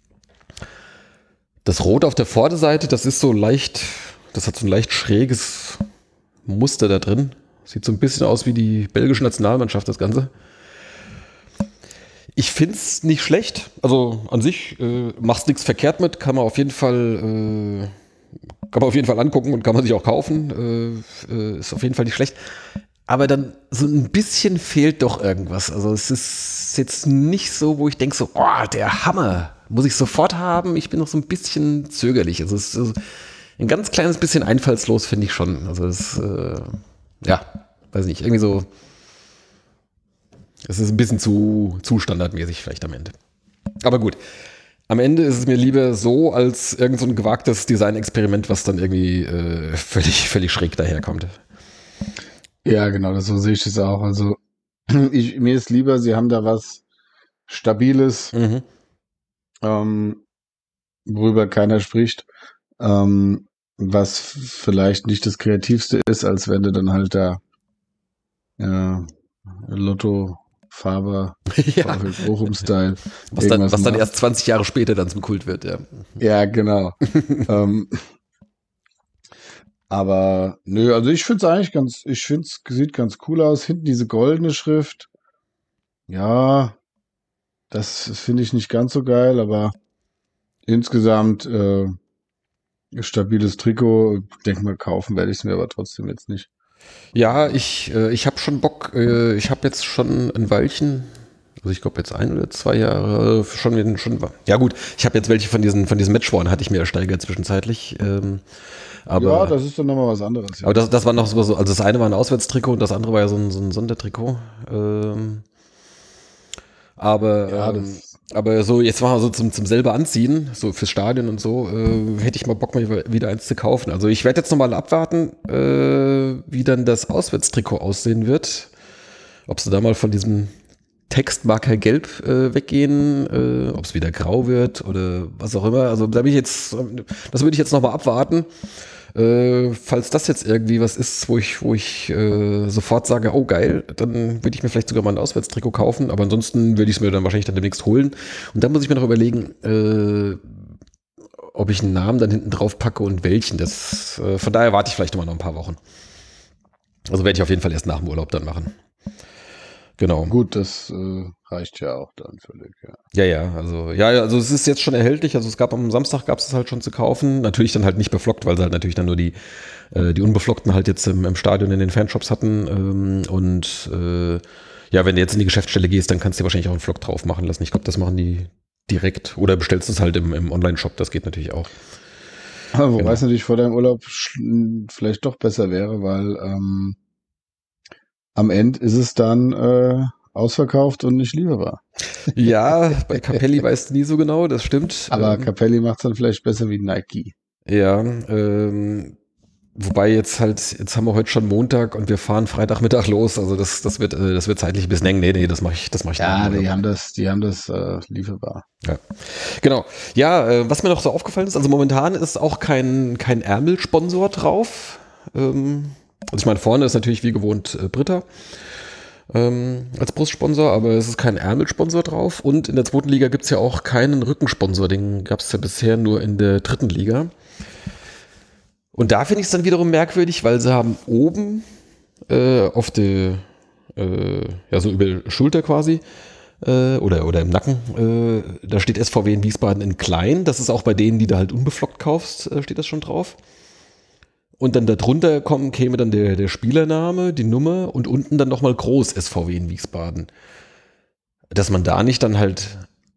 Das Rot auf der Vorderseite, das ist so leicht, das hat so ein leicht schräges Muster da drin. Sieht so ein bisschen aus wie die belgische Nationalmannschaft, das Ganze. Ich finde es nicht schlecht. Also an sich äh, machst nichts verkehrt mit, kann man auf jeden Fall äh, kann man auf jeden Fall angucken und kann man sich auch kaufen. Äh, äh, ist auf jeden Fall nicht schlecht. Aber dann so ein bisschen fehlt doch irgendwas. Also es ist jetzt nicht so, wo ich denke so, oh, der Hammer, muss ich sofort haben. Ich bin noch so ein bisschen zögerlich. Also es ist ein ganz kleines bisschen einfallslos, finde ich schon. Also es, äh, ja, weiß nicht, irgendwie so. Es ist ein bisschen zu, zu standardmäßig vielleicht am Ende. Aber gut, am Ende ist es mir lieber so, als irgend so ein gewagtes Design-Experiment, was dann irgendwie äh, völlig, völlig schräg daherkommt. Ja, genau, das, so sehe ich es auch. Also ich, mir ist lieber, sie haben da was Stabiles, Mhm. ähm, worüber keiner spricht, ähm, was vielleicht nicht das Kreativste ist, als wenn du dann halt da ja, Lotto, Faber, Ja, VfL Bochum-Style. was dann, irgendwas was dann machst. erst zwanzig Jahre später dann zum Kult wird, ja. Ja, genau. ähm, aber nö, also ich finde es eigentlich ganz, ich finde es sieht ganz cool aus. Hinten diese goldene Schrift. Ja, das finde ich nicht ganz so geil, aber insgesamt äh, stabiles Trikot. Denk mal, kaufen werde ich es mir aber trotzdem jetzt nicht. Ja, ich, äh, ich habe schon Bock, äh, ich habe jetzt schon ein Weilchen, also ich glaube jetzt ein oder zwei Jahre, äh, schon, schon ja gut, ich habe jetzt welche von diesen, von diesen Matchworn, hatte ich mir ersteigert zwischenzeitlich. Ähm, aber ja, das ist dann nochmal was anderes. Ja. aber das, das war noch so, also das eine war ein Auswärtstrikot und das andere war ja so ein, so ein Sondertrikot. Ähm, aber, Ja, ähm, das- aber so, jetzt mal so zum, zum selber Anziehen, so fürs Stadion und so, äh, hätte ich mal Bock, mal wieder eins zu kaufen. Also ich werde jetzt nochmal abwarten, äh, wie dann das Auswärtstrikot aussehen wird. Ob sie da mal von diesem Textmarker Gelb äh, weggehen, äh, ob es wieder grau wird oder was auch immer. Also da bin ich jetzt, das würde ich jetzt nochmal abwarten. Äh, falls das jetzt irgendwie was ist, wo ich, wo ich äh, sofort sage, oh geil, dann würde ich mir vielleicht sogar mal ein Auswärtstrikot kaufen, aber ansonsten würde ich es mir dann wahrscheinlich dann demnächst holen. Und dann muss ich mir noch überlegen, äh, ob ich einen Namen dann hinten drauf packe und welchen. Das, äh, von daher warte ich vielleicht noch mal noch ein paar Wochen. Also werde ich auf jeden Fall erst nach dem Urlaub dann machen. Genau. Gut, das äh, reicht ja auch dann völlig, ja. Ja, ja, also, ja, also es ist jetzt schon erhältlich. Also es gab am Samstag gab es es halt schon zu kaufen. Natürlich dann halt nicht beflockt, weil sie halt natürlich dann nur die, äh, die Unbeflockten halt jetzt im, im Stadion in den Fanshops hatten. Ähm, und äh, ja, wenn du jetzt in die Geschäftsstelle gehst, dann kannst du dir wahrscheinlich auch einen Flock drauf machen lassen. Ich glaube, das machen die direkt. Oder bestellst du es halt im, im Online-Shop, das geht natürlich auch. Aber wobei Genau. es natürlich vor deinem Urlaub sch- vielleicht doch besser wäre, weil ähm, am Ende ist es dann äh, ausverkauft und nicht lieferbar. Ja, bei Capelli weißt du nie so genau, das stimmt. Aber Ähm, Capelli macht es dann vielleicht besser wie Nike. Ja, ähm, wobei jetzt halt, jetzt haben wir heute schon Montag und wir fahren Freitagmittag los, also das, das wird, äh, das wird zeitlich ein bisschen eng. Nee, nee, das mache ich, das mache ich Ja, nach dem die Urlaub. haben das, die haben das äh, lieferbar. Ja. Genau. Ja, äh, was mir noch so aufgefallen ist, also momentan ist auch kein, kein Ärmelsponsor drauf. Ähm, also ich meine, vorne ist natürlich wie gewohnt äh, Britta ähm, als Brustsponsor, aber es ist kein Ärmelsponsor drauf. Und in der zweiten Liga gibt es ja auch keinen Rückensponsor, den gab es ja bisher nur in der dritten Liga. Und da finde ich es dann wiederum merkwürdig, weil sie haben oben äh, auf der, äh, ja so über die Schulter quasi, äh, oder, oder im Nacken, äh, da steht S V W in Wiesbaden in klein. Das ist auch bei denen, die du halt unbeflockt kaufst, äh, steht das schon drauf. Und dann darunter kommen, käme dann der, der Spielername, die Nummer und unten dann nochmal groß S V W in Wiesbaden. Dass man da nicht dann halt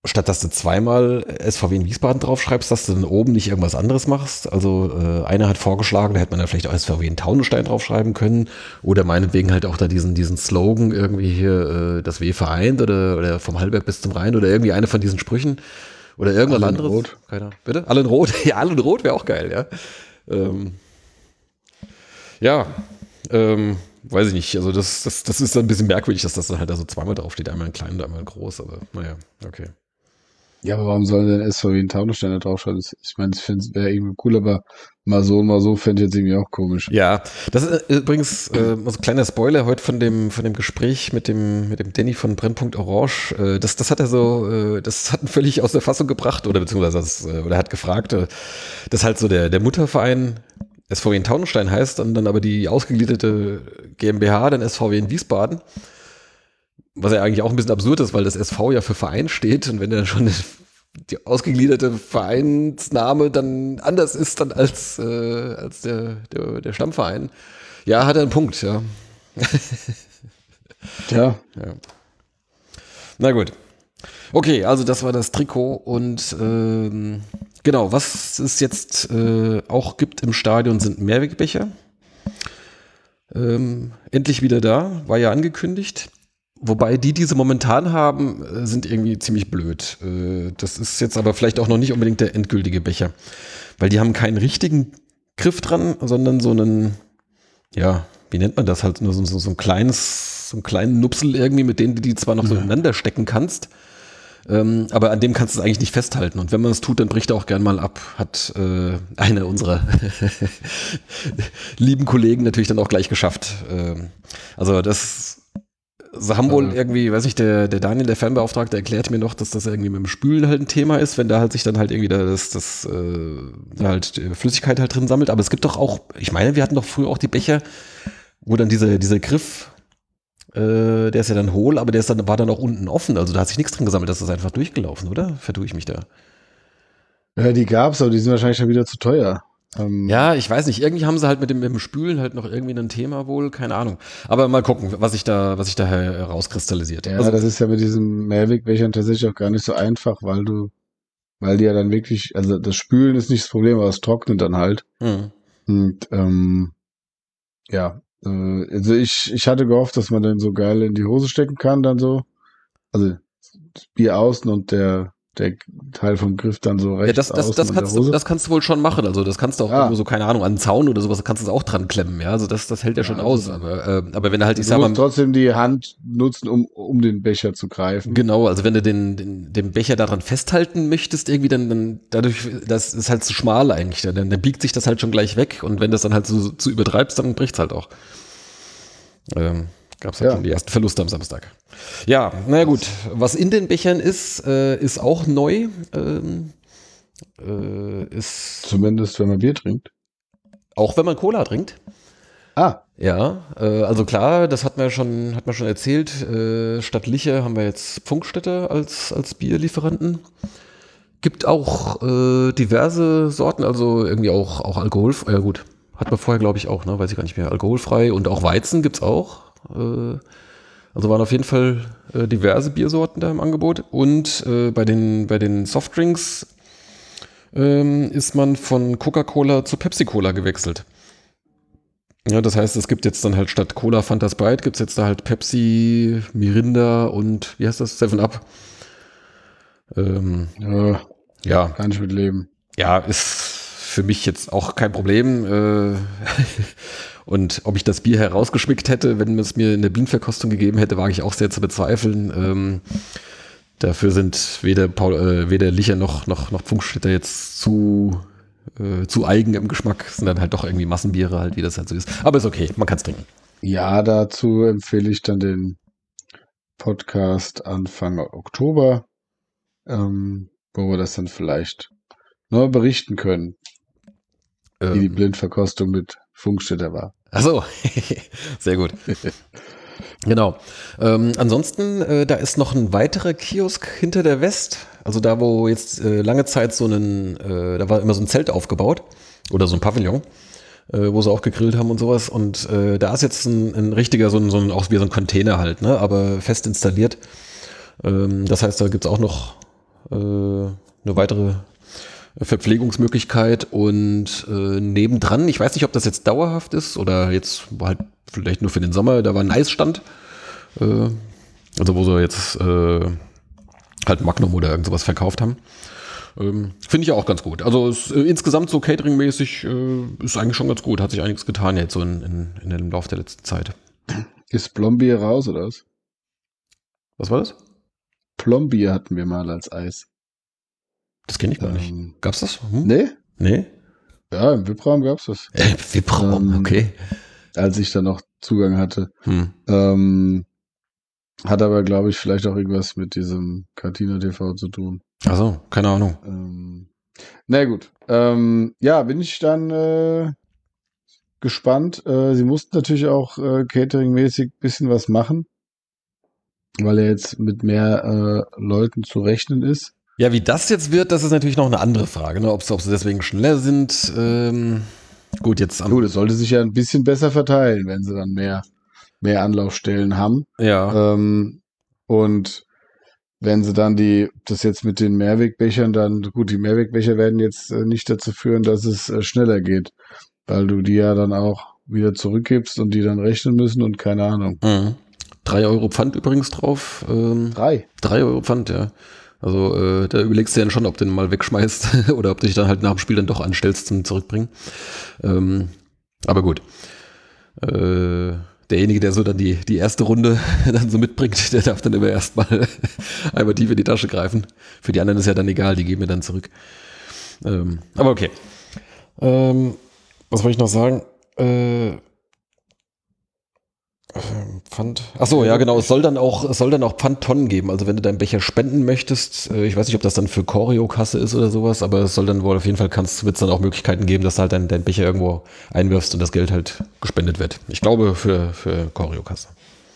statt dass du zweimal S V W in Wiesbaden draufschreibst, dass du dann oben nicht irgendwas anderes machst. Also äh, einer hat vorgeschlagen, da hätte man dann vielleicht auch S V W in Taunusstein draufschreiben können oder meinetwegen halt auch da diesen, diesen Slogan irgendwie hier, äh, das W vereint oder, oder vom Hallberg bis zum Rhein oder irgendwie eine von diesen Sprüchen oder irgendwas Allen anderes. Rot. Keiner. Bitte? Allen Rot? Ja, Allen Rot wäre auch geil, ja. Ähm, ja, ähm, weiß ich nicht. Also das, das, das ist dann ein bisschen merkwürdig, dass das dann halt da so zweimal draufsteht. Einmal in klein und einmal in groß, aber naja, okay. Ja, aber warum sollen denn S V W in Taunusstein da draufschreiben? Das- Ich meine, das wäre irgendwie cool, aber mal so, mal so fände ich jetzt irgendwie auch komisch. Ja, das ist äh, übrigens äh, so ein kleiner Spoiler heute von dem von dem Gespräch mit dem mit dem Danny von Brennpunkt Orange. Äh, das das hat er so, äh, das hat ihn völlig aus der Fassung gebracht oder beziehungsweise das, äh, oder er hat gefragt, äh, dass halt so der der Mutterverein S V W in Taunusstein heißt und dann aber die ausgegliederte GmbH dann S V W in Wiesbaden. Was ja eigentlich auch ein bisschen absurd ist, weil das S V ja für Verein steht und wenn dann schon die ausgegliederte Vereinsname dann anders ist dann als, äh, als der, der, der Stammverein. Ja, hat er einen Punkt, ja. Tja, ja. Na gut. Okay, also das war das Trikot und ähm, genau, was es jetzt äh, auch gibt im Stadion sind Mehrwegbecher. Ähm, endlich wieder da, war ja angekündigt. Wobei die, die sie momentan haben, äh, sind irgendwie ziemlich blöd. Äh, das ist jetzt aber vielleicht auch noch nicht unbedingt der endgültige Becher. Weil die haben keinen richtigen Griff dran, sondern so einen, ja, wie nennt man das halt, nur so, so, so ein kleines, so einen kleinen Nupsel irgendwie, mit denen du die zwar noch so ineinander stecken kannst, ähm, aber an dem kannst du es eigentlich nicht festhalten. Und wenn man es tut, dann bricht er auch gern mal ab. Hat äh, einer unserer lieben Kollegen natürlich dann auch gleich geschafft. Ähm, also das Sie haben wohl irgendwie, weiß ich, der, der Daniel, der Fanbeauftragte, erklärt mir noch, dass das irgendwie mit dem Spülen halt ein Thema ist, wenn da halt sich dann halt irgendwie da das, das äh, da halt die Flüssigkeit halt drin sammelt. Aber es gibt doch auch, ich meine, wir hatten doch früher auch die Becher, wo dann dieser, dieser Griff, äh, der ist ja dann hohl, aber der ist dann, war dann auch unten offen. Also da hat sich nichts drin gesammelt, das ist einfach durchgelaufen, oder? Verdue ich mich da? ja, die gab's, aber die sind wahrscheinlich schon wieder zu teuer. Ähm, Ja, ich weiß nicht. Irgendwie haben sie halt mit dem, mit dem Spülen halt noch irgendwie ein Thema wohl, keine Ahnung. Aber mal gucken, was sich da, was sich da herauskristallisiert. Ja, Also, das ist ja mit diesen Mehrwegbechern tatsächlich auch gar nicht so einfach, weil du, weil die ja dann wirklich, also das Spülen ist nicht das Problem, aber es trocknet dann halt. hm. Und ähm, ja, äh, also ich, ich hatte gehofft, dass man den so geil in die Hose stecken kann, dann so. Also das Bier außen und der, der Teil vom Griff dann so rechts Ja, das, das, außen das, an kannst der du, Hose. das kannst du wohl schon machen. Also das kannst du auch Ja. irgendwo so, keine Ahnung, an einen Zaun oder sowas, kannst du es auch dran klemmen. Ja, also das, das hält ja, Ja, schon also aus. dann- Aber, äh, aber wenn du halt, ich Du sag musst mal, trotzdem die Hand nutzen, um, um den Becher zu greifen. genau, also wenn du den, den, den Becher daran festhalten möchtest, irgendwie, dann, dann dadurch, das ist halt zu schmal eigentlich. Dann, dann biegt sich das halt schon gleich weg und wenn du das dann halt so zu übertreibst, dann bricht's halt auch. Ähm, Gab es halt Ja. schon die ersten Verluste am Samstag. Ja, naja gut. Was in den Bechern ist, äh, ist auch neu. Ähm, äh, ist Zumindest, wenn man Bier trinkt. auch wenn man Cola trinkt. Ah, Ja, äh, also klar, das hat man ja schon, hat man schon erzählt. Äh, statt Liche haben wir jetzt Funkstätte als, als Bierlieferanten. Gibt auch äh, diverse Sorten, also irgendwie auch, auch alkoholfrei. Ja gut, hat man vorher glaube ich auch, ne? Weiß ich gar nicht mehr. Alkoholfrei und auch Weizen gibt's auch. Äh, also waren auf jeden Fall äh, diverse Biersorten da im Angebot. Und äh, bei den, bei den Softdrinks ähm, ist man von Coca-Cola zu Pepsi-Cola gewechselt. Ja, das heißt, es gibt jetzt dann halt statt Cola, Fanta, Sprite, gibt es jetzt da halt Pepsi, Mirinda und wie heißt das? Seven Up. Ähm, ja, ja, kann ich mit leben. ja, ist für mich jetzt auch kein Problem. Äh, und ob ich das Bier herausgeschmeckt hätte, wenn es mir in der Blindverkostung gegeben hätte, wage ich auch sehr zu bezweifeln. Ähm, dafür sind weder, Paul, äh, weder Licher noch, noch, noch Funkstätter jetzt zu, äh, zu eigen im Geschmack. Sind dann halt doch irgendwie Massenbiere halt, wie das halt so ist. Aber ist okay, man kann es trinken. Ja, dazu empfehle ich dann den Podcast Anfang Oktober, ähm, wo wir das dann vielleicht noch berichten können, wie die Ähm, Blindverkostung mit Funkstätter war. Ach so, sehr gut. Genau. Ähm, ansonsten, äh, da ist noch ein weiterer Kiosk hinter der West. Also da, wo jetzt äh, lange Zeit so ein, äh, da war immer so ein Zelt aufgebaut oder so ein Pavillon, äh, wo sie auch gegrillt haben und sowas. Und äh, da ist jetzt ein, ein richtiger, so ein, so ein, auch wie so ein Container halt, ne, aber fest installiert. Ähm, das heißt, da gibt's auch noch äh, eine weitere Verpflegungsmöglichkeit und äh, nebendran, ich weiß nicht, ob das jetzt dauerhaft ist oder jetzt halt vielleicht nur für den Sommer, da war ein Eisstand, äh, also wo sie jetzt äh, halt Magnum oder irgend sowas verkauft haben. Ähm, Finde ich auch ganz gut. Also es, äh, insgesamt so Catering-mäßig äh, ist eigentlich schon ganz gut, hat sich einiges getan jetzt so in, in, in dem Laufe der letzten Zeit. Ist Plombier raus, oder was? Was war das? Plombier hatten wir mal als Eis. Das kenne ich gar nicht. Ähm, Gab's das? Hm? Nee? Nee? Ja, im V I P-Raum gab's das. Äh, V I P-Raum, Ähm, okay. Als ich dann noch Zugang hatte. Hm. Ähm, hat aber, glaube ich, vielleicht auch irgendwas mit diesem Cartina T V zu tun. Also, keine Ahnung. Ähm, na gut. Ähm, ja, bin ich dann äh, gespannt. Äh, sie mussten natürlich auch äh, Catering-mäßig ein bisschen was machen, weil er jetzt mit mehr äh, Leuten zu rechnen ist. Ja, wie das jetzt wird, das ist natürlich noch eine andere Frage, ne? Ob sie ob sie deswegen schneller sind. Ähm, gut, jetzt am, Gut, es sollte sich ja ein bisschen besser verteilen, wenn sie dann mehr, mehr Anlaufstellen haben. ja, Ähm, und wenn sie dann die, das jetzt mit den Mehrwegbechern dann, gut, die Mehrwegbecher werden jetzt äh, nicht dazu führen, dass es äh, schneller geht, weil du die ja dann auch wieder zurückgibst und die dann rechnen müssen und keine Ahnung. mhm. Drei Euro Pfand übrigens drauf. Ähm, Drei. drei Euro Pfand, ja. Also äh, da überlegst du ja schon, ob du den mal wegschmeißt oder ob du dich dann halt nach dem Spiel dann doch anstellst zum Zurückbringen. Ähm, aber gut. Äh, derjenige, der so dann die, die erste Runde dann so mitbringt, der darf dann immer erstmal einmal tief in die Tasche greifen. Für die anderen ist ja dann egal, die geben mir dann zurück. Ähm, aber okay. Ähm, was wollte ich noch sagen? Äh, Pfand. Ach so, ja genau. Es soll dann auch, es soll dann auch Pfandtonnen geben. Also wenn du deinen Becher spenden möchtest, äh, ich weiß nicht, ob das dann für Choreo-Kasse ist oder sowas, aber es soll dann wohl auf jeden Fall kannst, wird es dann auch Möglichkeiten geben, dass du halt deinen dein Becher irgendwo einwirfst und das Geld halt gespendet wird. Ich glaube für für Choreo-Kasse.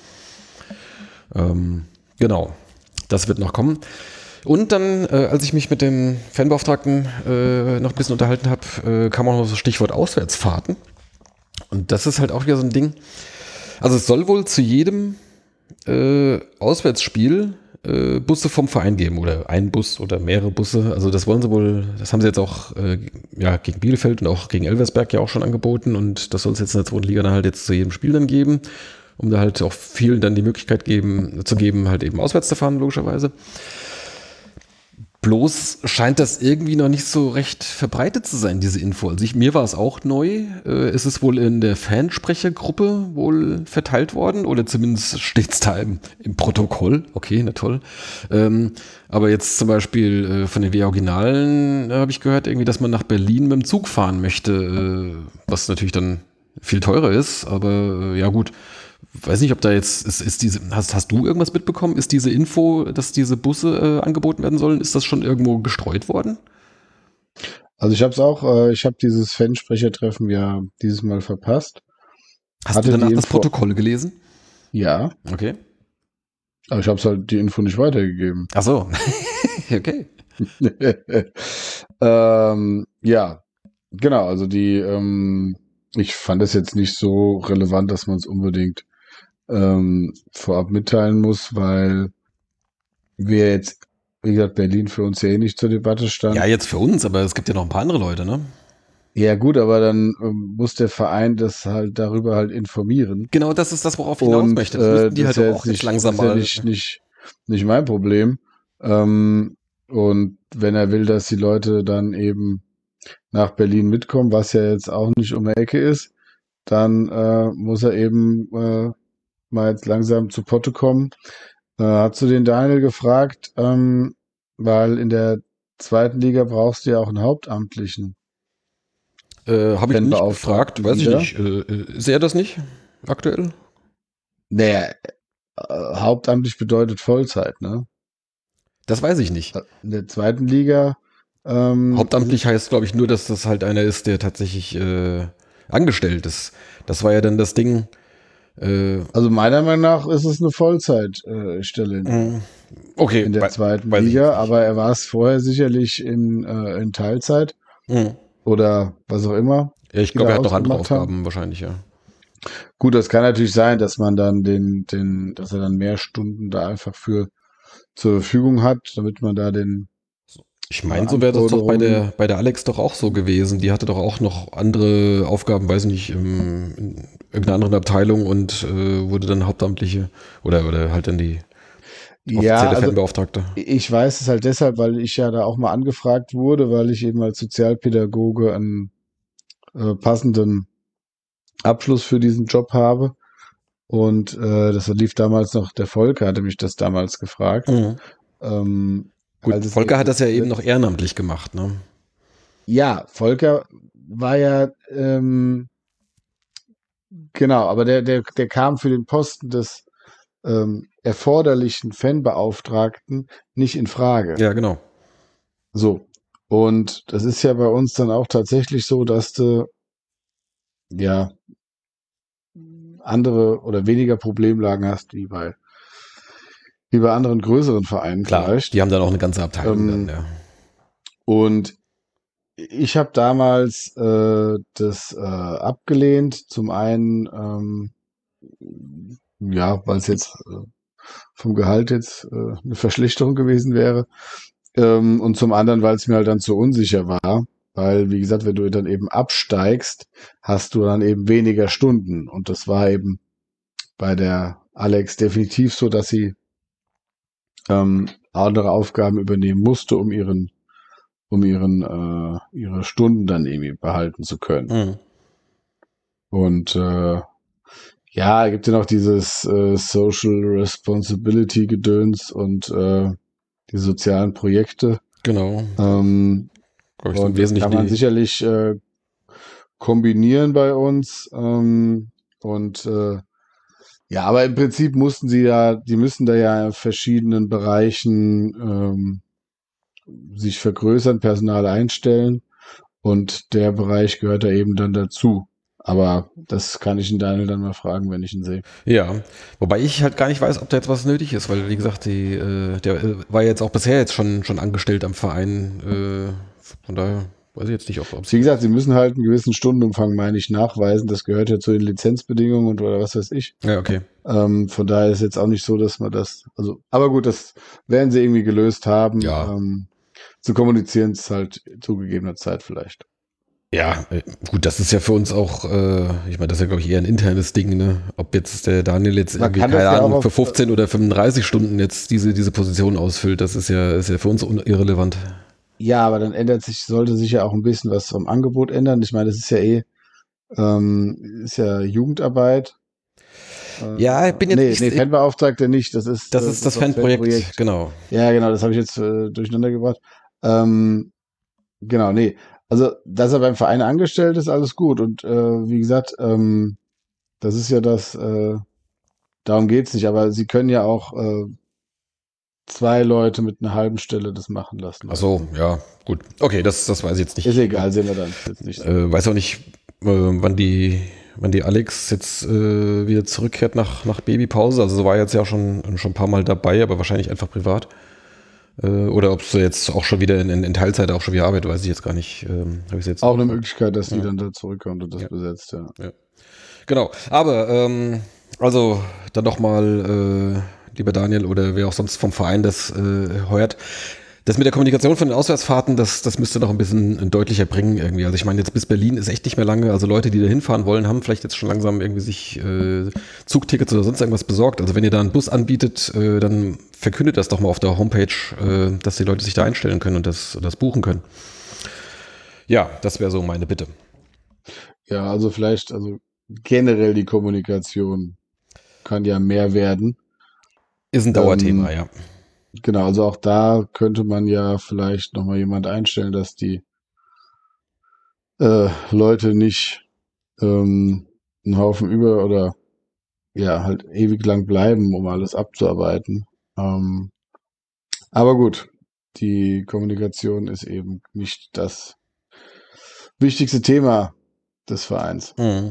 Ähm, genau, das wird noch kommen. Und dann, äh, als ich mich mit dem Fanbeauftragten äh, noch ein bisschen unterhalten habe, äh, kam auch noch das Stichwort Auswärtsfahrten. Und das ist halt auch wieder so ein Ding. Also es soll wohl zu jedem äh, Auswärtsspiel äh, Busse vom Verein geben oder ein Bus oder mehrere Busse. Also das wollen sie wohl, das haben sie jetzt auch äh, ja, gegen Bielefeld und auch gegen Elversberg ja auch schon angeboten und das soll es jetzt in der zweiten Liga dann halt jetzt zu jedem Spiel dann geben, um da halt auch vielen dann die Möglichkeit geben, zu geben, halt eben auswärts zu fahren, logischerweise. Bloß scheint das irgendwie noch nicht so recht verbreitet zu sein, diese Info. Also ich, mir war es auch neu. Äh, ist es wohl in der Fansprechergruppe wohl verteilt worden? Oder zumindest steht es da im, im Protokoll. Okay, na toll. Ähm, aber jetzt zum Beispiel äh, von den W Originalen äh, habe ich gehört, irgendwie, dass man nach Berlin mit dem Zug fahren möchte, äh, was natürlich dann viel teurer ist. Aber äh, ja gut, weiß nicht, ob da jetzt, ist, ist diese, hast, hast du irgendwas mitbekommen? Ist diese Info, dass diese Busse äh, angeboten werden sollen, ist das schon irgendwo gestreut worden? Also ich habe es auch, äh, ich habe dieses Fansprechertreffen ja dieses Mal verpasst. Hast Hatte du danach die das Info- Protokoll gelesen? Ja, Okay. aber ich habe halt die Info nicht weitergegeben. Ach so. Okay. ähm, ja, genau, also die, ähm, ich fand es jetzt nicht so relevant, dass man es unbedingt ähm, vorab mitteilen muss, weil wir jetzt, wie gesagt, Berlin für uns ja eh nicht zur Debatte stand. Ja, jetzt für uns, aber es gibt ja noch ein paar andere Leute, ne? Ja gut, aber dann ähm, muss der Verein das halt darüber halt informieren. Genau, das ist das, worauf ich hinaus Und möchte. Das äh, müssten die das halt ist ja auch jetzt jetzt nicht, langsam das ist ja mal. nicht, nicht, nicht mein Problem. Ähm, und wenn er will, dass die Leute dann eben nach Berlin mitkommen, was ja jetzt auch nicht um die Ecke ist, dann äh, muss er eben äh, mal jetzt langsam zu Potte kommen. Äh, hast du den Daniel gefragt, ähm, weil in der zweiten Liga brauchst du ja auch einen Hauptamtlichen. Äh, habe ich nicht gefragt, Fanbeauftragten weiß ich wieder. nicht. Äh, äh, ist er das nicht aktuell? Naja, äh, hauptamtlich bedeutet Vollzeit, ne? Das weiß ich nicht. In der zweiten Liga ähm, Hauptamtlich heißt, glaube ich, nur, dass das halt einer ist, der tatsächlich äh, angestellt ist. Das war ja dann das Ding. Äh, also meiner Meinung nach ist es eine Vollzeitstelle in, okay, in der wei- zweiten weiß ich Liga, jetzt nicht. aber er war es vorher sicherlich in, äh, in Teilzeit Hm. oder was auch immer. Ja, ich die glaube, da er hat noch andere ausgemacht haben. Aufgaben wahrscheinlich, ja. Gut, das kann natürlich sein, dass man dann den, den, dass er dann mehr Stunden da einfach für zur Verfügung hat, damit man da den Ich meine, so wäre das doch bei der, bei der Alex doch auch so gewesen. Die hatte doch auch noch andere Aufgaben, weiß ich nicht, im, in irgendeiner anderen Abteilung und äh, wurde dann Hauptamtliche oder, oder halt dann die offizielle Ja, also Fanbeauftragte. ich weiß es halt deshalb, weil ich ja da auch mal angefragt wurde, weil ich eben als Sozialpädagoge einen äh, passenden Abschluss für diesen Job habe. Und äh, das lief damals noch, der Volker hatte mich das damals gefragt. Mhm. Ähm, Gut, als es Volker eben hat das ja eben das- noch ehrenamtlich gemacht, ne? Ja, Volker war ja, ähm, genau, aber der, der, der kam für den Posten des ähm, erforderlichen Fanbeauftragten nicht in Frage. Ja, genau. So. Und das ist ja bei uns dann auch tatsächlich so, dass du ja andere oder weniger Problemlagen hast wie bei, wie bei anderen größeren Vereinen Klar, vielleicht. die haben dann auch eine ganze Abteilung Ähm, dann, ja. Und ich habe damals äh, das äh, abgelehnt. Zum einen, ähm, ja, weil es jetzt äh, vom Gehalt jetzt äh, eine Verschlechterung gewesen wäre. Ähm, und zum anderen, weil es mir halt dann zu unsicher war. Weil, wie gesagt, wenn du dann eben absteigst, hast du dann eben weniger Stunden. Und das war eben bei der Alex definitiv so, dass sie ähm, andere Aufgaben übernehmen musste, um ihren, um ihren, äh, ihre Stunden dann irgendwie behalten zu können. Mhm. Und äh, ja, gibt ja noch dieses äh, Social Responsibility Gedöns und äh, die sozialen Projekte. Genau. Ähm, Glaube ich, sind und das wesentlich kann man die. sicherlich äh, kombinieren bei uns. Ähm, und äh, ja, aber im Prinzip mussten sie ja, die müssen da ja in verschiedenen Bereichen ähm, sich vergrößern, Personal einstellen. Und der Bereich gehört da eben dann dazu. Aber das kann ich den Daniel dann mal fragen, wenn ich ihn sehe. Ja, wobei ich halt gar nicht weiß, ob da jetzt was nötig ist, weil wie gesagt, die, äh, der äh, war jetzt auch bisher jetzt schon, schon angestellt am Verein. Äh, von daher weiß ich jetzt nicht, ob es. Wie gesagt, sie müssen halt einen gewissen Stundenumfang, meine ich, nachweisen. Das gehört ja zu den Lizenzbedingungen und oder was weiß ich. Ja, okay. Ähm, von daher ist jetzt auch nicht so, dass man das, also, aber gut, das werden sie irgendwie gelöst haben. Ja. Ähm, zu kommunizieren ist halt zu gegebener Zeit vielleicht. Ja, äh, gut, das ist ja für uns auch, äh, ich meine, das ist ja, glaube ich, eher ein internes Ding, ne? Ob jetzt der Daniel jetzt Man irgendwie, kann das keine ja auch Ahnung, auf- für fünfzehn oder fünfunddreißig Stunden jetzt diese, diese Position ausfüllt, das ist ja, ist ja für uns un- irrelevant. Ja, aber dann ändert sich, sollte sich ja auch ein bisschen was vom Angebot ändern. Ich meine, das ist ja eh, ähm, ist ja Jugendarbeit. Äh, Ja, ich bin jetzt nee, nicht- nee, Fanbeauftragter nicht. Das ist Das äh, ist das war Fanprojekt, genau. Ja, genau, das habe ich jetzt äh, durcheinander gebracht. Ähm, genau, nee. Also, dass er beim Verein angestellt ist, alles gut. Und äh, wie gesagt, ähm, das ist ja das, äh, darum geht's nicht. Aber sie können ja auch äh, zwei Leute mit einer halben Stelle das machen lassen. Ach so, ja, gut. Okay, das, das weiß ich jetzt nicht. Ist egal, sehen wir dann. Ist jetzt nicht so. Äh, weiß auch nicht, äh, wann die, wann die Alex jetzt äh, wieder zurückkehrt nach, nach Babypause. Also sie war jetzt ja schon, schon ein paar Mal dabei, aber wahrscheinlich einfach privat. Äh, oder ob sie jetzt auch schon wieder in, in Teilzeit auch schon wieder arbeitet, weiß ich jetzt gar nicht. Ähm, hab ich jetzt Auch eine Möglichkeit, dass die Ja. dann da zurückkommt und das Ja. besetzt, ja. Genau. Aber ähm, also dann noch mal, äh, lieber Daniel oder wer auch sonst vom Verein das äh, hört. Das mit der Kommunikation von den Auswärtsfahrten, das, das müsste noch ein bisschen deutlicher bringen irgendwie. Also ich meine, jetzt bis Berlin ist echt nicht mehr lange. Also Leute, die da hinfahren wollen, haben vielleicht jetzt schon langsam irgendwie sich äh, Zugtickets oder sonst irgendwas besorgt. Also wenn ihr da einen Bus anbietet, äh, dann verkündet das doch mal auf der Homepage, äh, dass die Leute sich da einstellen können und das, das buchen können. Ja, das wäre so meine Bitte. Ja, also vielleicht, also generell die Kommunikation kann ja mehr werden. Ist ein Dauerthema, Ähm, ja. Genau, also auch da könnte man ja vielleicht nochmal jemand einstellen, dass die äh, Leute nicht ähm, einen Haufen über oder ja, halt ewig lang bleiben, um alles abzuarbeiten. Ähm, aber gut, die Kommunikation ist eben nicht das wichtigste Thema des Vereins. Mhm.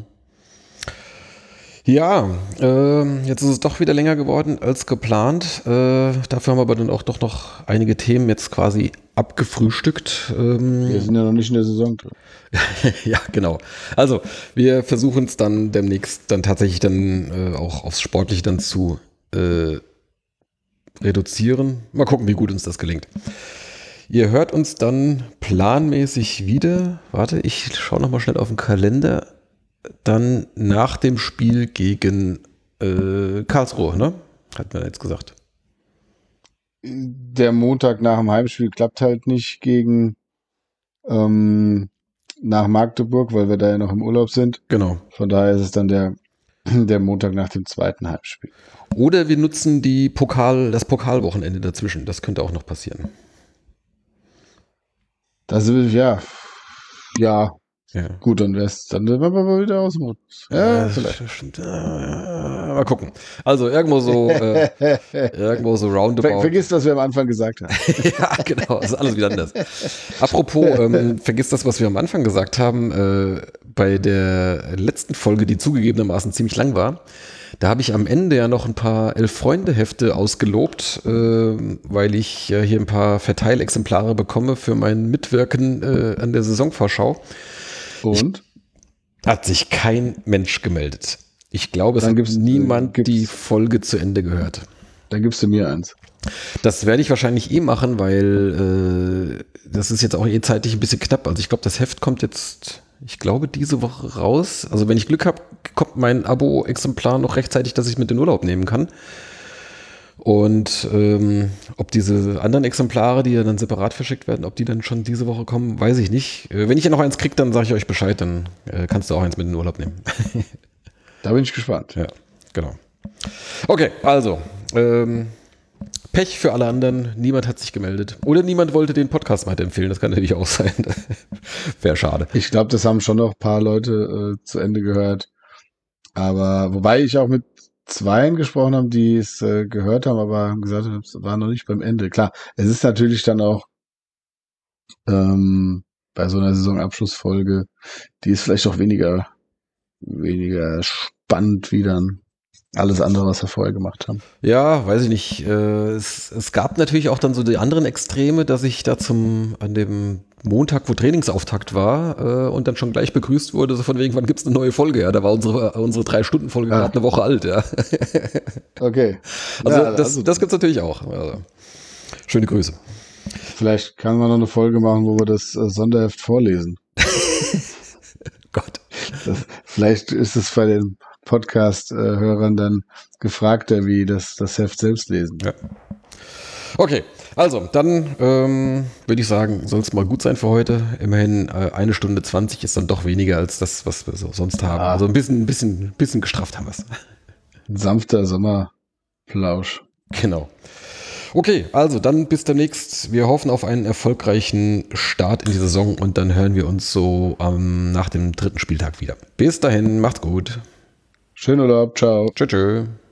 Ja, ähm, jetzt ist es doch wieder länger geworden als geplant. Äh, dafür haben wir aber dann auch doch noch einige Themen jetzt quasi abgefrühstückt. Ähm, Wir sind ja noch nicht in der Saison drin. ja, genau. Also wir versuchen es dann demnächst dann tatsächlich dann äh, auch aufs Sportliche dann zu äh, reduzieren. Mal gucken, wie gut uns das gelingt. Ihr hört uns dann planmäßig wieder. Warte, ich schaue nochmal schnell auf den Kalender. Dann nach dem Spiel gegen äh, Karlsruhe, ne? Hat man jetzt gesagt. Der Montag nach dem Heimspiel klappt halt nicht gegen ähm, nach Magdeburg, weil wir da ja noch im Urlaub sind. Genau. Von daher ist es dann der, der Montag nach dem zweiten Heimspiel. Oder wir nutzen die Pokal, das Pokalwochenende dazwischen. Das könnte auch noch passieren. Das ist, ja, ja, Ja. gut, dann wär's, dann wären wir mal wieder aus dem Modus. Ja, Äh, vielleicht. stimmt. Äh, mal gucken. Also irgendwo so, äh, irgendwo so Ver roundabout. vergiss, was wir am Anfang gesagt haben. Ja, genau. Das ist alles wieder anders. Apropos, ähm, vergiss das, was wir am Anfang gesagt haben. Äh, bei der letzten Folge, die zugegebenermaßen ziemlich lang war, da habe ich am Ende ja noch ein paar Elf-Freunde-Hefte ausgelobt, äh, weil ich ja hier ein paar Verteilexemplare bekomme für mein Mitwirken äh, an der Saisonvorschau. Und? Hat sich kein Mensch gemeldet. Ich glaube, es Dann hat gibt's, niemand äh, gibt's, die Folge zu Ende gehört. Dann gibst du mir eins. Das werde ich wahrscheinlich eh machen, weil äh, das ist jetzt auch eh zeitlich ein bisschen knapp. Also ich glaube, das Heft kommt jetzt, ich glaube, diese Woche raus. Also wenn ich Glück habe, kommt mein Abo-Exemplar noch rechtzeitig, dass ich es mit in Urlaub nehmen kann. Und ähm, ob diese anderen Exemplare, die ja dann separat verschickt werden, ob die dann schon diese Woche kommen, weiß ich nicht. Äh, wenn ich ja noch eins kriege, dann sage ich euch Bescheid, dann äh, kannst du auch eins mit in den Urlaub nehmen. Da bin ich gespannt. Ja, genau. Okay, also ähm, Pech für alle anderen. Niemand hat sich gemeldet. Oder niemand wollte den Podcast weiterempfehlen. Das kann natürlich auch sein. Wäre schade. Ich glaube, das haben schon noch ein paar Leute äh, zu Ende gehört. Aber wobei ich auch mit Zweien gesprochen habe, die es äh, gehört haben, aber haben gesagt, es war noch nicht beim Ende. Klar, es ist natürlich dann auch ähm, bei so einer Saisonabschlussfolge, die ist vielleicht auch weniger weniger spannend wie dann alles andere, was wir vorher gemacht haben. Ja, weiß ich nicht. Äh, es, es gab natürlich auch dann so die anderen Extreme, dass ich da zum an dem Montag, wo Trainingsauftakt war äh, und dann schon gleich begrüßt wurde, so von wegen, wann gibt's eine neue Folge? Ja, da war unsere unsere drei Stunden Folge Ah. gerade eine Woche alt. Ja. Okay. Also Ja, das also- das gibt's natürlich auch. Also, schöne Grüße. Vielleicht kann man noch eine Folge machen, wo wir das äh, Sonderheft vorlesen. Gott. Das, vielleicht ist es bei den Podcast-Hörern dann gefragter, wie das, das Heft selbst lesen. Ja. Okay, also dann ähm, würde ich sagen, soll es mal gut sein für heute. Immerhin äh, eine Stunde zwanzig ist dann doch weniger als das, was wir so sonst haben. Ja. Also ein bisschen, ein bisschen, ein bisschen gestrafft haben wir es. Ein sanfter Sommerplausch. Genau. Okay, also dann bis demnächst. Wir hoffen auf einen erfolgreichen Start in die Saison und dann hören wir uns so ähm, nach dem dritten Spieltag wieder. Bis dahin, macht's gut. Schönen Urlaub, ciao. Tschö, tschö.